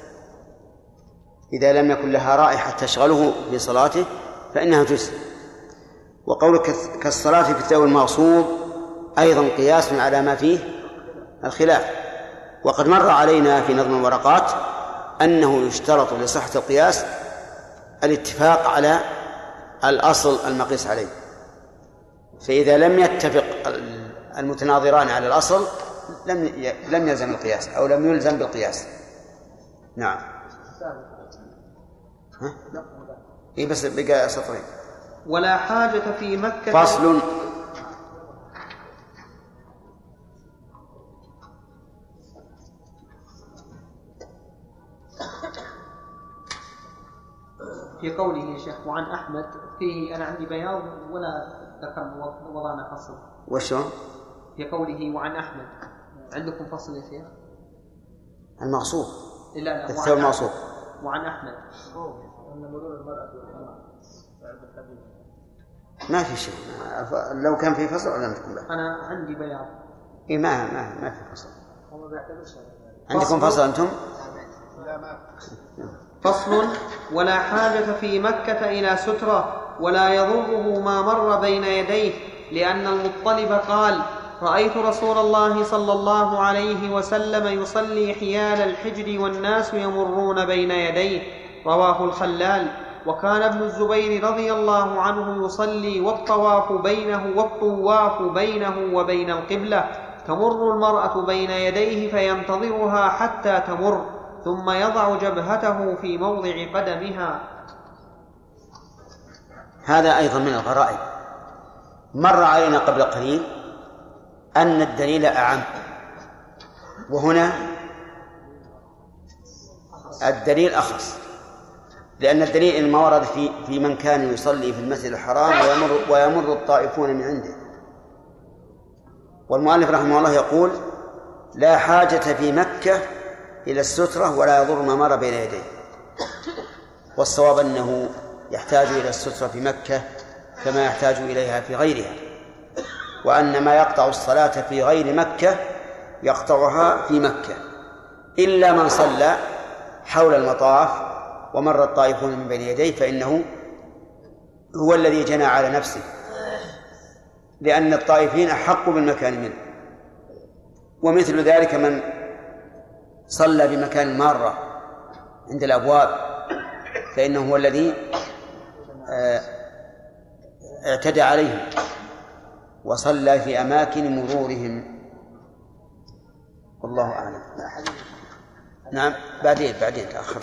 إذا لم يكن لها رائحة تشغله في صلاته فإنها تجزي. وقولك كالصلاة في الثوب المغصوب أيضا قياس على ما فيه الخلاف. وقد مر علينا في نظم الورقات أنه يشترط لصحة القياس الاتفاق على الأصل المقيس عليه، فإذا لم يتفق المتناظران على الأصل لم لم يلزم القياس أو لم يلزم بالقياس. نعم. ها؟ إيه بس بقى سطرين. ولا حاجة في مكة. فصل. في قوله يا شيخ وعن أحمد فيه أنا عندي بياض ولا ذكر وضعنا فصل. وشو؟ في قوله وعن أحمد عندكم فصل يا شيخ؟ المغصوب. لا لا الثوب المغصوب. وعن أحمد. ما في شيء، لو كان في فصل لم تكن له. أنا عندي بياض. إيه ما ما ما في فصل. عندكم فصل أنتم؟ فصل: ولا حاجة في مكة إلى سترة ولا يضره ما مر بين يديه، لأن المطلب قال: رأيت رسول الله صلى الله عليه وسلم يصلي حيال الحجر والناس يمرون بين يديه. رواه الخلال. وكان ابن الزبير رضي الله عنه يصلي والطواف بينه والطواف بينه وبين القبلة، تمر المرأة بين يديه فينتظرها حتى تمر، ثم يضع جبهته في موضع قدمها. هذا أيضا من الغرائب. مر علينا قبل قليل أن الدليل أعم، وهنا الدليل أخص، لأن الدليل إنما ورد في في من كان يصلي في المسجد الحرام ويمر, ويمر الطائفون من عنده. والمؤلف رحمه الله يقول: لا حاجة في مكة إلى السترة ولا يضر ما مر بين يديه. والصواب أنه يحتاج إلى السترة في مكة كما يحتاج إليها في غيرها، وأن ما يقطع الصلاة في غير مكة يقطعها في مكة، إلا من صلى حول المطاف ومر الطائفون من بين يديه فإنه هو الذي جنى على نفسه، لأن الطائفين أحق بالمكان منه. ومثل ذلك من صلى بمكان مارة عند الأبواب فإنه هو الذي اعتدى عليهم وصلى في أماكن مرورهم. والله أعلم. نعم بعدين بعدين تأخر.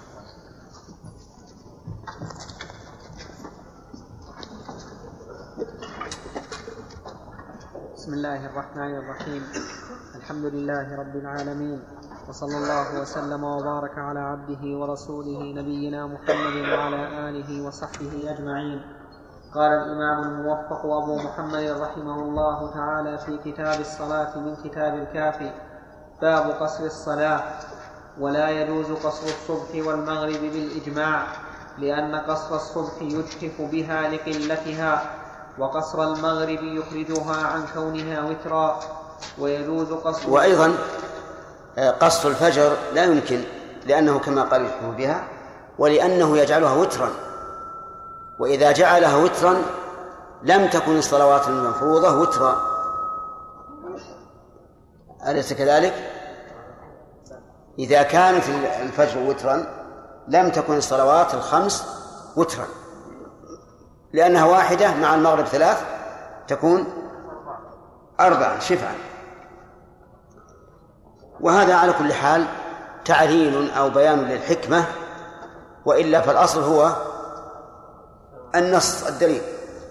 بسم الله الرحمن الرحيم. الحمد لله رب العالمين، وصلى الله وسلم وبارك على عبده ورسوله نبينا محمد وعلى آله وصحبه أجمعين. قال الإمام الموفق أبو محمد رحمه الله تعالى في كتاب الصلاة من كتاب الكافي: باب قصر الصلاة. ولا يجوز قصر الصبح والمغرب بالإجماع، لأن قصر الصبح يجحف بها لقلتها، وقصر المغرب يخرجها عن كونها وترا. ويجوز قصر وأيضا قصر الفجر لا يمكن، لأنه كما قال يجحف بها، ولأنه يجعلها وترا، وإذا جعلها وترا لم تكن الصلوات المفروضة وترا، أليس كذلك؟ إذا كانت الفجر وترا لم تكن الصلوات الخمس وترا، لأنها واحدة مع المغرب ثلاث تكون أربعة شفعا. وهذا على كل حال تعليل أو بيان للحكمة، وإلا فالأصل هو النص الدليل.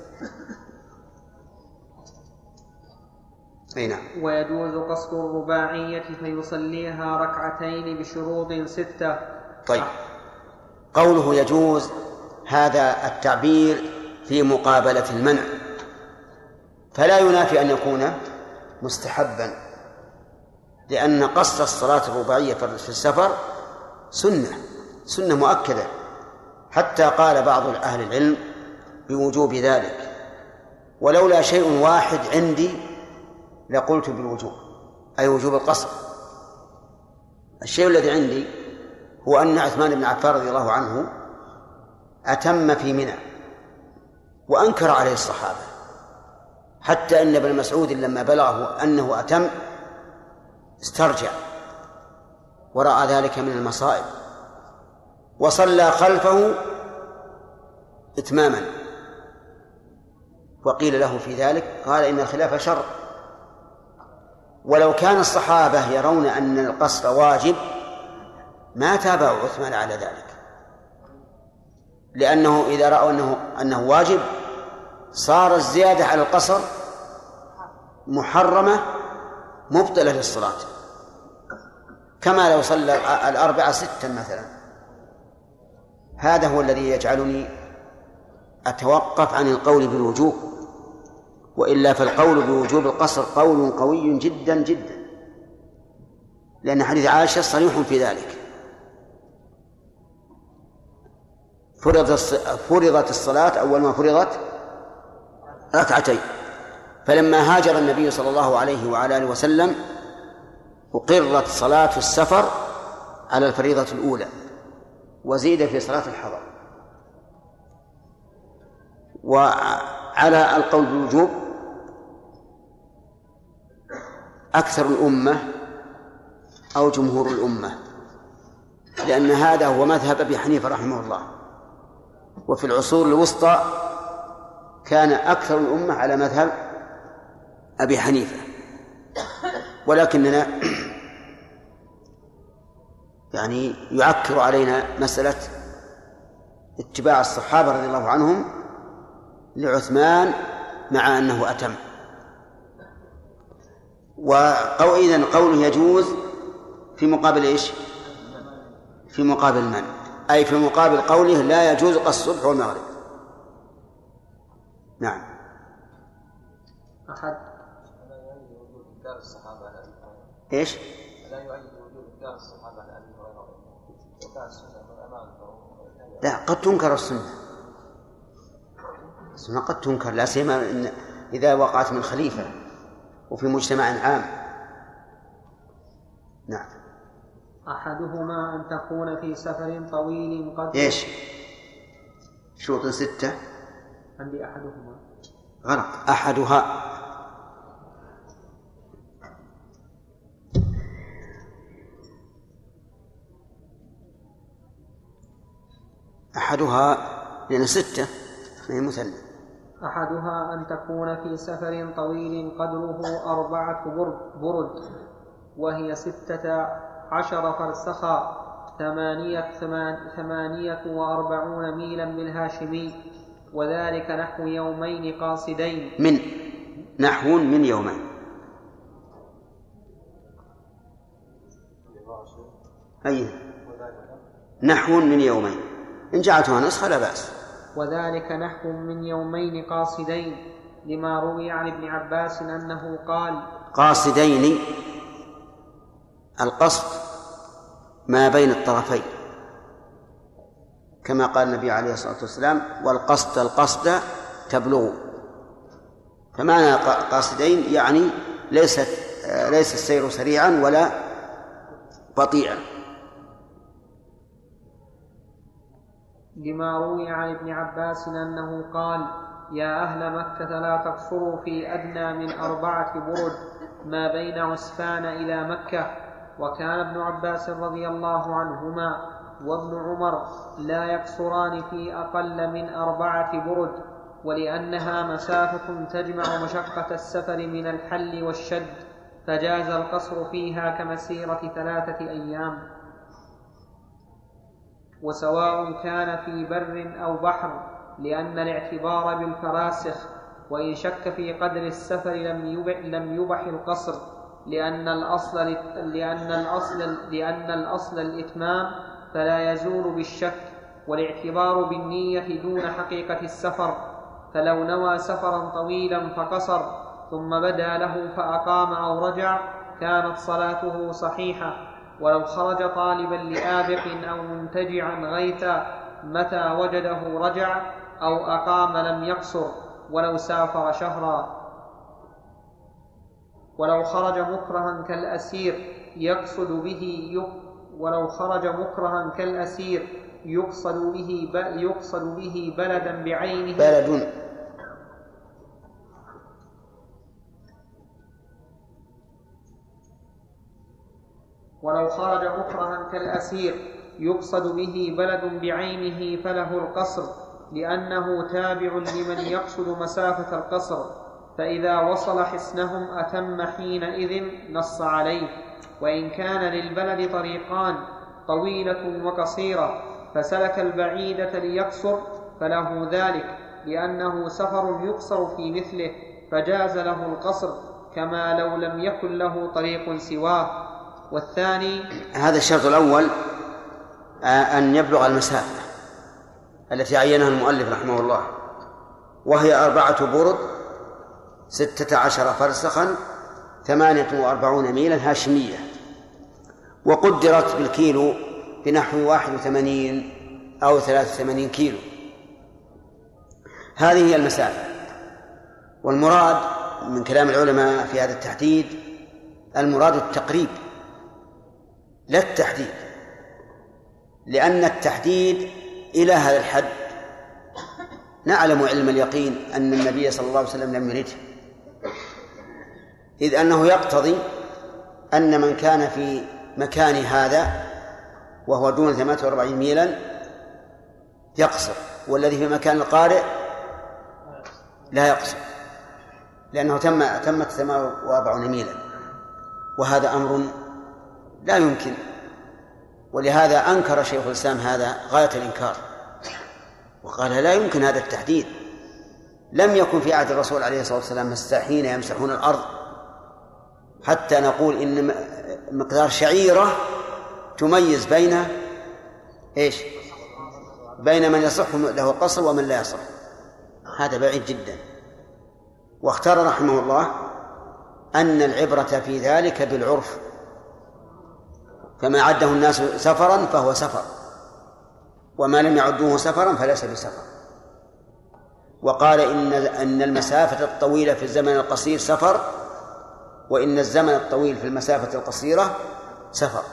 نعم. ويجوز قصر الرباعية فيصليها ركعتين بشروط ستة. طيب، قوله يجوز هذا التعبير في مقابلة المنع، فلا ينافي أن يكون مستحبا، لأن قصر الصلاة الرباعية في السفر سنة سنة مؤكدة، حتى قال بعض أهل العلم بوجوب ذلك، ولولا شيء واحد عندي لقلت بالوجوب، أي وجوب القصر. الشيء الذي عندي هو أن عثمان بن عفان رضي الله عنه أتم في منى وأنكر عليه الصحابة، حتى أن ابن مسعود لما بلغه أنه أتم استرجع ورأى ذلك من المصائب، وصلى خلفه إتماما، وقيل له في ذلك قال إن الخلاف شر. ولو كان الصحابة يرون أن القصر واجب ما تابعوا عثمان على ذلك، لأنه إذا رأوا أنه, أنه واجب صار الزيادة على القصر محرمة مبطلة للصلاة، كما لو صلى الأربعة ستا مثلا. هذا هو الذي يجعلني أتوقف عن القول بالوجوب، وإلا فالقول بوجوب القصر قول قوي جدا جدا، لأن حديث عائشة صريح في ذلك. فرضت الصلاة أول ما فرضت ركعتين، فلما هاجر النبي صلى الله عليه وعلى آله وسلم أقرت صلاة في السفر على الفريضة الأولى وزيد في صلاة الحضر. وعلى القول بالوجوب أكثر الأمة أو جمهور الأمة، لأن هذا هو مذهب أبي حنيفة رحمه الله. وفي العصور الوسطى كان أكثر الأمة على مذهب أبي حنيفة، ولكننا يعني يعكر علينا مسألة اتباع الصحابة رضي الله عنهم لعثمان مع أنه أتم. وإذن قوله يجوز في مقابل إيش؟ في مقابل من؟ أي في مقابل قوله لا يجوز قصر الصبح والمغرب. نعم. أحد لا يؤيد وجود إنكار الصحابة على أبي هريرة. إيش؟ لا يؤيد وجود إنكار الصحابة على أبي هريرة وكان السنة والأمان. لا، قد تنكر السنة، السنة قد تنكر، لا سيما إذا وقعت من خليفة وفي مجتمع عام. نعم. أحدهما أن تكون في سفر طويل قد إيش؟ شروط ستة. عندي أحدهما غلط، أحدها. أحدها لأن ستة هي مثنى. أحدها أن تكون في سفر طويل قدره أربعة برد وهي ستة عشر فرسخا ثمانية, ثمانية وأربعون ميلا بالهاشمي، وذلك نحو يومين قاصدين. من نحو من يومين، أي نحو من يومين، إن جعلتها نسخة لا بأس. وذلك نحو من يومين قاصدين، لما روي عن ابن عباس أنه قال قاصدين، القصد ما بين الطرفين، كما قال النبي عليه الصلاة والسلام والقصد القصد تبلغ. فمعنى قاصدين يعني ليست ليس السير سريعا ولا بطيئا. لما روي عن ابن عباس أنه قال يا أهل مكة لا تقصروا في أدنى من أربعة برد ما بين عسفان إلى مكة. وكان ابن عباس رضي الله عنهما وابن عمر لا يقصران في أقل من أربعة برد، ولأنها مسافة تجمع مشقة السفر من الحل والشد، فجاز القصر فيها كمسيرة ثلاثة أيام. وسواء كان في بر أو بحر، لأن الاعتبار بالفراسخ، وإن شك في قدر السفر لم يبح, لم يبح القصر، لأن الأصل, لأن, الأصل لأن الأصل الإتمام فلا يزول بالشك، والاعتبار بالنية دون حقيقة السفر. فلو نوى سفرا طويلا فقصر ثم بدا له فأقام أو رجع كانت صلاته صحيحة. ولو خرج طالبا لآبق أو منتجعا غيثا متى وجده رجع، أو أقام لم يقصر ولو سافر شهرا. ولو خرج مكرها كالأسير يقصد به ولو خرج مكرها كالأسير يقصد به يقصد به بلدا بعينه بلد ولو خرج مكرها كالأسير يقصد به بلد بعينه فله القصر، لأنه تابع لمن يقصد مسافة القصر، فإذا وصل حصنهم أتم حينئذ نص عليه. وإن كان للبلد طريقان طويلة وقصيرة فسلك البعيدة ليقصر فله ذلك، لأنه سفر يقصر في مثله، فجاز له القصر كما لو لم يكن له طريق سواه. والثاني هذا الشرط الأول أن يبلغ المسافة التي عينها المؤلف رحمه الله، وهي أربعة برد ستة عشر فرسخا ثمانية وأربعون ميلا هاشمية، وقدرت بالكيلو بنحو واحد وثمانين أو ثلاثة وثمانين كيلو. هذه هي المسافة. والمراد من كلام العلماء في هذا التحديد المراد التقريب لا التحديد، لأن التحديد إلى هذا الحد نعلم علم اليقين أن النبي صلى الله عليه وسلم لم يرده، إذ أنه يقتضي أن من كان في مكان هذا وهو دون ثمانية وأربعين ميلا يقصر، والذي في مكان القارئ لا يقصر، لأنه تم تمت ثمانية وأربعين ميلا، وهذا أمر لا يمكن. ولهذا أنكر شيخ الإسلام هذا غاية الإنكار، وقال لا يمكن هذا التحديد. لم يكن في عهد الرسول عليه الصلاة والسلام مساحين يمسحون الأرض حتى نقول إن مقدار شعيرة تميز بين إيش؟ بين من يصح له قصر ومن لا يصح. هذا بعيد جدا. واختار رحمه الله أن العبرة في ذلك بالعرف، فما عده الناس سفرا فهو سفر، وما لم يعدوه سفرا فليس بسفر. وقال إن أن المسافة الطويلة في الزمن القصير سفر، وإن الزمن الطويل في المسافة القصيرة سفر.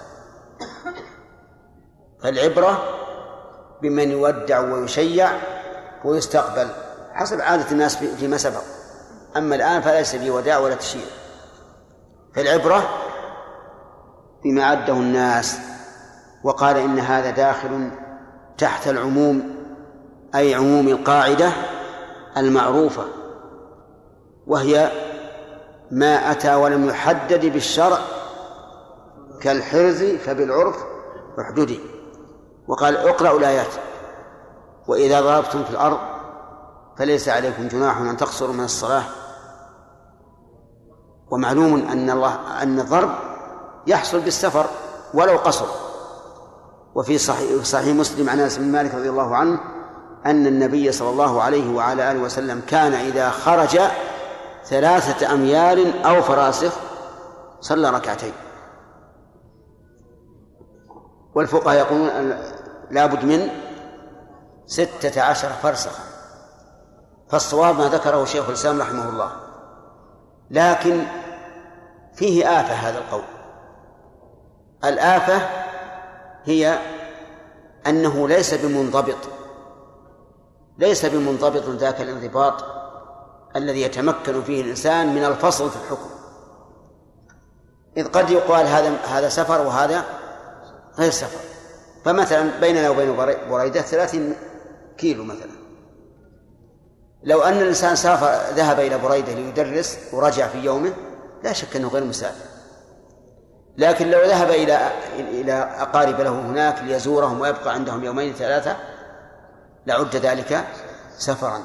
فالعبرة بمن يودع ويشيع ويستقبل حسب عادة الناس فيما سبق، أما الآن فليس بوداع ولا تشيع. فالعبرة بما عده الناس. وقال إن هذا داخل تحت العموم، أي عموم القاعدة المعروفة، وهي ما أتى ولم يحدد بالشرع كالحرز فبالعرف احددي. وقال اقرأوا الآيات وإذا ضربتم في الأرض فليس عليكم جناح أن تقصروا من الصلاة. ومعلوم أن الله أن الضرب يحصل بالسفر ولو قصر. وفي صحيح, صحيح مسلم عن أنس بن مالك رضي الله عنه أن النبي صلى الله عليه وعلى آله وسلم كان إذا خرج ثلاثة أميال أو فراسخ صلى ركعتين. والفقهاء يقولون لابد من ستة عشر فرسخا، فالصواب ما ذكره شيخ الإسلام رحمه الله. لكن فيه آفة هذا القول. الآفة هي أنه ليس بمنضبط ليس بمنضبط ذاك الانضباط الذي يتمكن فيه الإنسان من الفصل في الحكم. إذ قد يقال هذا هذا سفر وهذا غير سفر. فمثلا بيننا وبين بريدة ثلاثين كيلو مثلا، لو أن الإنسان سافر ذهب إلى بريدة ليدرس ورجع في يومه لا شك أنه غير مسافر. لكن لو ذهب إلى إلى أقارب له هناك ليزورهم ويبقى عندهم يومين ثلاثة لعد ذلك سفرا.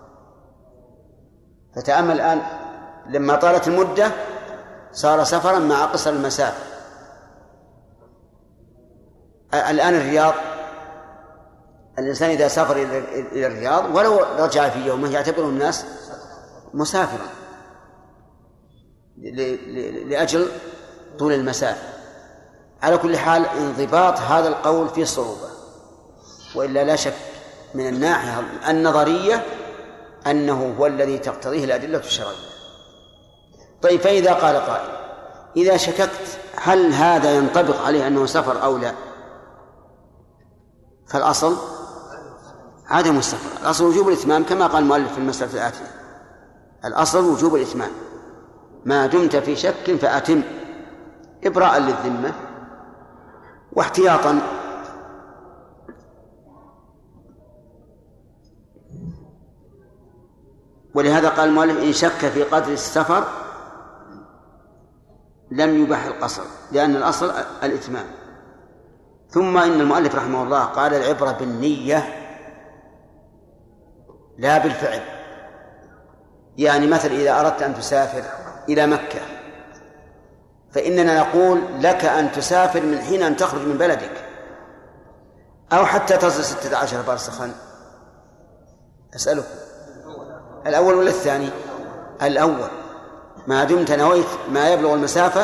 فتأمل الآن لما طالت المدة صار سفرا مع قصر المسافة. الآن الرياض، الإنسان إذا سافر إلى الرياض ولو رجع في يومه يعتبره الناس مسافرا لأجل طول المسافة. على كل حال انضباط هذا القول فيه صعوبة، وإلا لا شك من الناحية النظرية أنه هو الذي تقتضيه الأدلة الشرعية. طيب، فإذا قال قائل إذا شككت هل هذا ينطبق عليه أنه سفر أو لا، فالأصل عدم السفر، الأصل وجوب الإتمام كما قال المؤلف في المسألة الآتية. الأصل وجوب الإتمام، ما دمت في شك فأتم إبراء للذمة واحتياطا. ولهذا قال المؤلف إن شك في قدر السفر لم يبح القصر، لأن الأصل الإتمام. ثم إن المؤلف رحمه الله قال العبرة بالنية لا بالفعل. يعني مثل إذا أردت أن تسافر إلى مكة فإننا نقول لك أن تسافر من حين أن تخرج من بلدك أو حتى تصل ستة عشر فرسخا. أسألك الأول ولا الثاني؟ الأول. ما دمت نويت ما يبلغ المسافة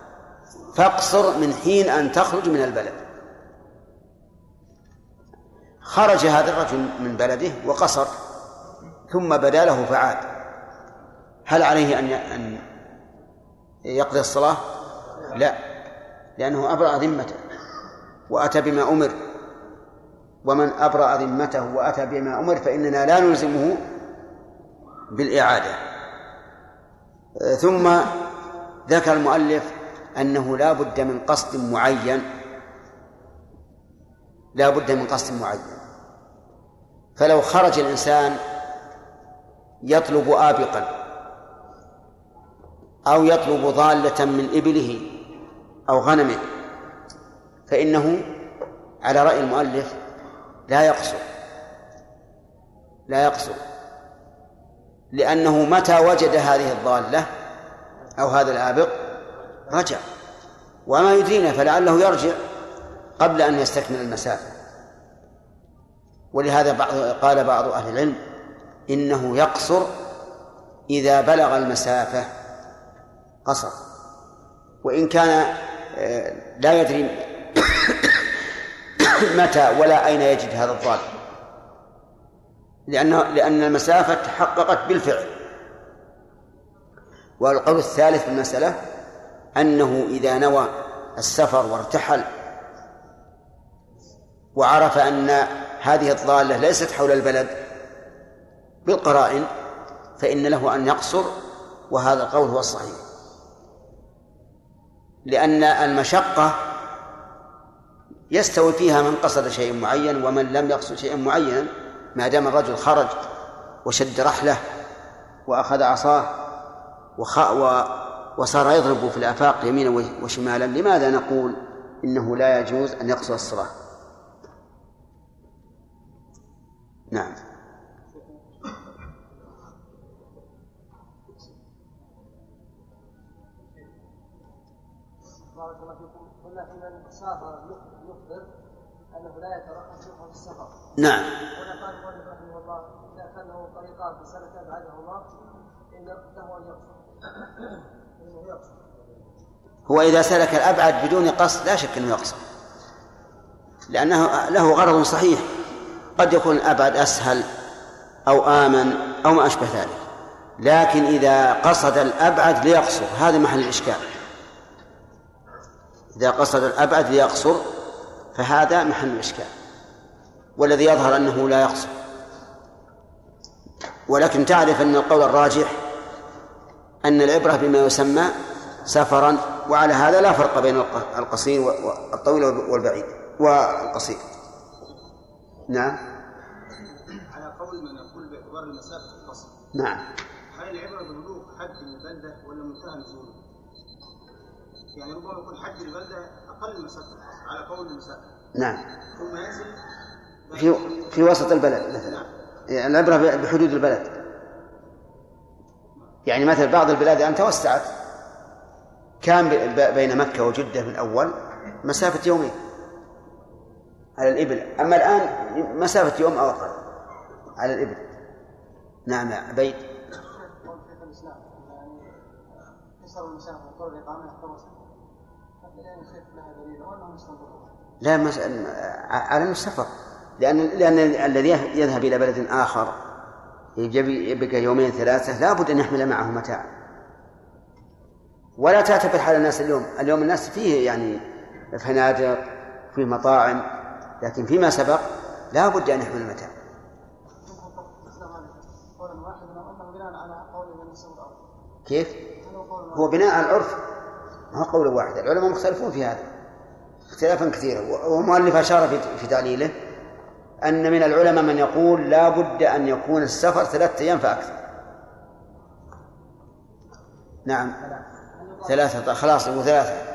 فاقصر من حين أن تخرج من البلد. خرج هذا الرجل من بلده وقصر ثم بدا له فعاد، هل عليه أن يقضي الصلاة؟ لا، لأنه أبرأ ذمته وأتى بما أمر، ومن أبرأ ذمته وأتى بما أمر فإننا لا نلزمه بالإعادة. ثم ذكر المؤلف أنه لا بد من قصد معين، لا بد من قصد معين. فلو خرج الإنسان يطلب آبقا أو يطلب ضالة من إبله أو غنمه فإنه على رأي المؤلف لا يقصر لا يقصر لأنه متى وجد هذه الضالة أو هذا الآبق رجع، وما يدرينا فلعله يرجع قبل أن يستكمل المسافة. ولهذا بعض قال بعض أهل العلم إنه يقصر إذا بلغ المسافة قصر، وإن كان لا يدري متى ولا أين يجد هذا الضال، لأنه لأن المسافة تحققت بالفعل. والقول الثالث في المسألة أنه إذا نوى السفر وارتحل وعرف أن هذه الضالة ليست حول البلد بالقرائن فإن له أن يقصر، وهذا القول هو الصحيح، لأن المشقة يستوي فيها من قصد شيء معين ومن لم يقصد شيء معين، ما دام الرجل خرج وشد رحله وأخذ عصاه وصار يضرب في الآفاق يمينا وشمالا، لماذا نقول إنه لا يجوز أن يقصر الصلاة؟ نعم. بارك الله فيكم. قلنا في من سافر يخبر أنه لا يترخص في السفر. نعم. هنا قال المؤلف رحمه الله إذا كان له طريقان في سنة بعدهما إن له أن يقصر. إنه يقصر. هو إذا سلك الأبعد بدون قصد لا شك أنه يقصر، لأنه له غرض صحيح، قد يكون الأبعد أسهل أو آمن أو ما أشبه ذلك، لكن إذا قصد الأبعد ليقصر هذا محل الإشكال. إذا قصد الأبعد ليقصر فهذا محل الإشكال، والذي يظهر أنه لا يقصر. ولكن تعرف أن القول الراجح أن العبرة بما يسمى سفرا، وعلى هذا لا فرق بين القصير والطويل والبعيد والقصير. نعم. على قول من يقول باعتبار المسافة القصر. نعم. هل العبرة ببلوغ حد البلدة ولا منتهى نزوله؟ يعني ربما يكون حد البلدة أقل مسافة القصر على قول المسافة. نعم. ثم ينزل في في وسط البلد مثلا. نعم. يعني العبرة بحدود البلد. يعني مثل بعض البلاد أن توسعت كان بين مكة وجدة من أول مسافة يومين على الإبل، أما الآن مسافة يوم أو أقل على الإبل. نعم يا عبيد. لا مس... على السفر، لأن لأن الذي يذهب إلى بلد آخر يبقى يومين ثلاثة لا بد أن يحمل معه متاع، ولا تعتبر حال الناس اليوم. اليوم الناس فيه يعني فنادق فيه مطاعم، لكن فيما سبق لا بد أن يحمل المتاع. كيف؟ هو بناء على العرف، ما هو قول واحد، العلماء مختلفون في هذا اختلافا كثيرا. ومؤلف أشار في تعليله أن من العلماء من يقول لا بد أن يكون السفر ثلاثة أيام فأكثر. نعم ثلاثة، خلاص هو ثلاثة.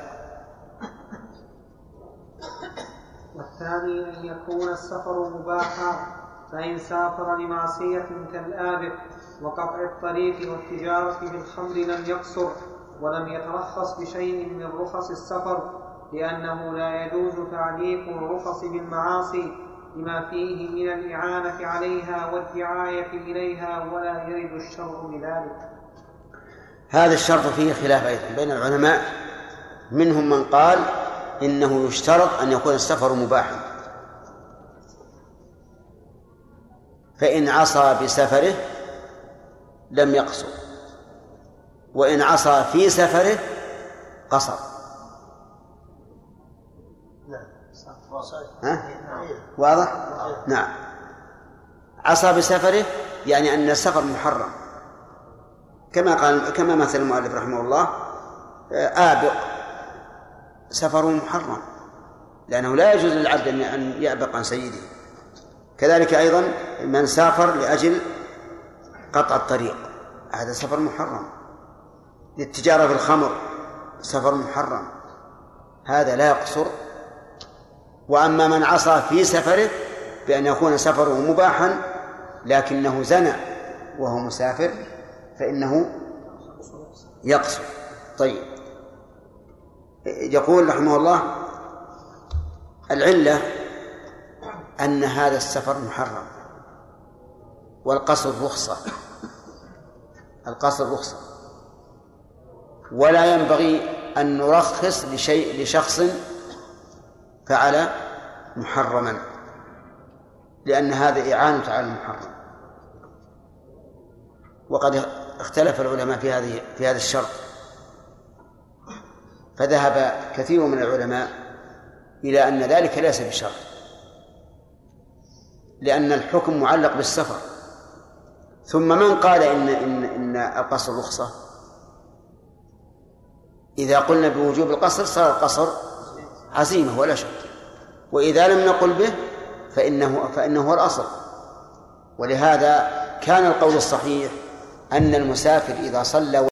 والثاني أن يكون السفر مباحا، فإن سافر لمعصية كالآبق وقطع الطريق والتجارة بالخمر لم يقصر ولم يترخص بشيء من رخص السفر، لأنه لا يجوز تعليق الرخص بالمعاصي لما فيه من الإعانة عليها والدعاية إليها، ولا يرد الشرع بذلك. هذا الشرط فيه خلاف أيضا بين العلماء، منهم من قال إنه يشترط أن يكون السفر مباحا، فإن عصى بسفره لم يقصر، وإن عصى في سفره قصر. ها؟ واضح؟ نعم. عصى بسفره يعني أن السفر محرم، كما قال كما مثل المؤلف رحمه الله آبق سفره محرم، لأنه لا يجوز للعبد أن يأبق عن سيده. كذلك أيضا من سافر لأجل قطع الطريق هذا سفر محرم، للتجارة في الخمر سفر محرم، هذا لا يقصر. وأما من عصى في سفره بأن يكون سفره مباحا لكنه زنى وهو مسافر فإنه يقصر. طيب، يقول رحمه الله العلة أن هذا السفر محرم والقصر رخصة، القصر رخصة، ولا ينبغي أن نرخص لشيء لشخص فعل محرما، لأن هذا إعانة على المحرم. وقد اختلف العلماء في هذه في هذا الشرط، فذهب كثير من العلماء إلى أن ذلك ليس بشرط، لأن الحكم معلق بالسفر. ثم من قال إن إن إن القصر رخصة؟ إذا قلنا بوجوب القصر صار القصر عزيمة ولا شك، وإذا لم نقل به فإنه فإنه هو الأصل. ولهذا كان القول الصحيح أن المسافر إذا صلى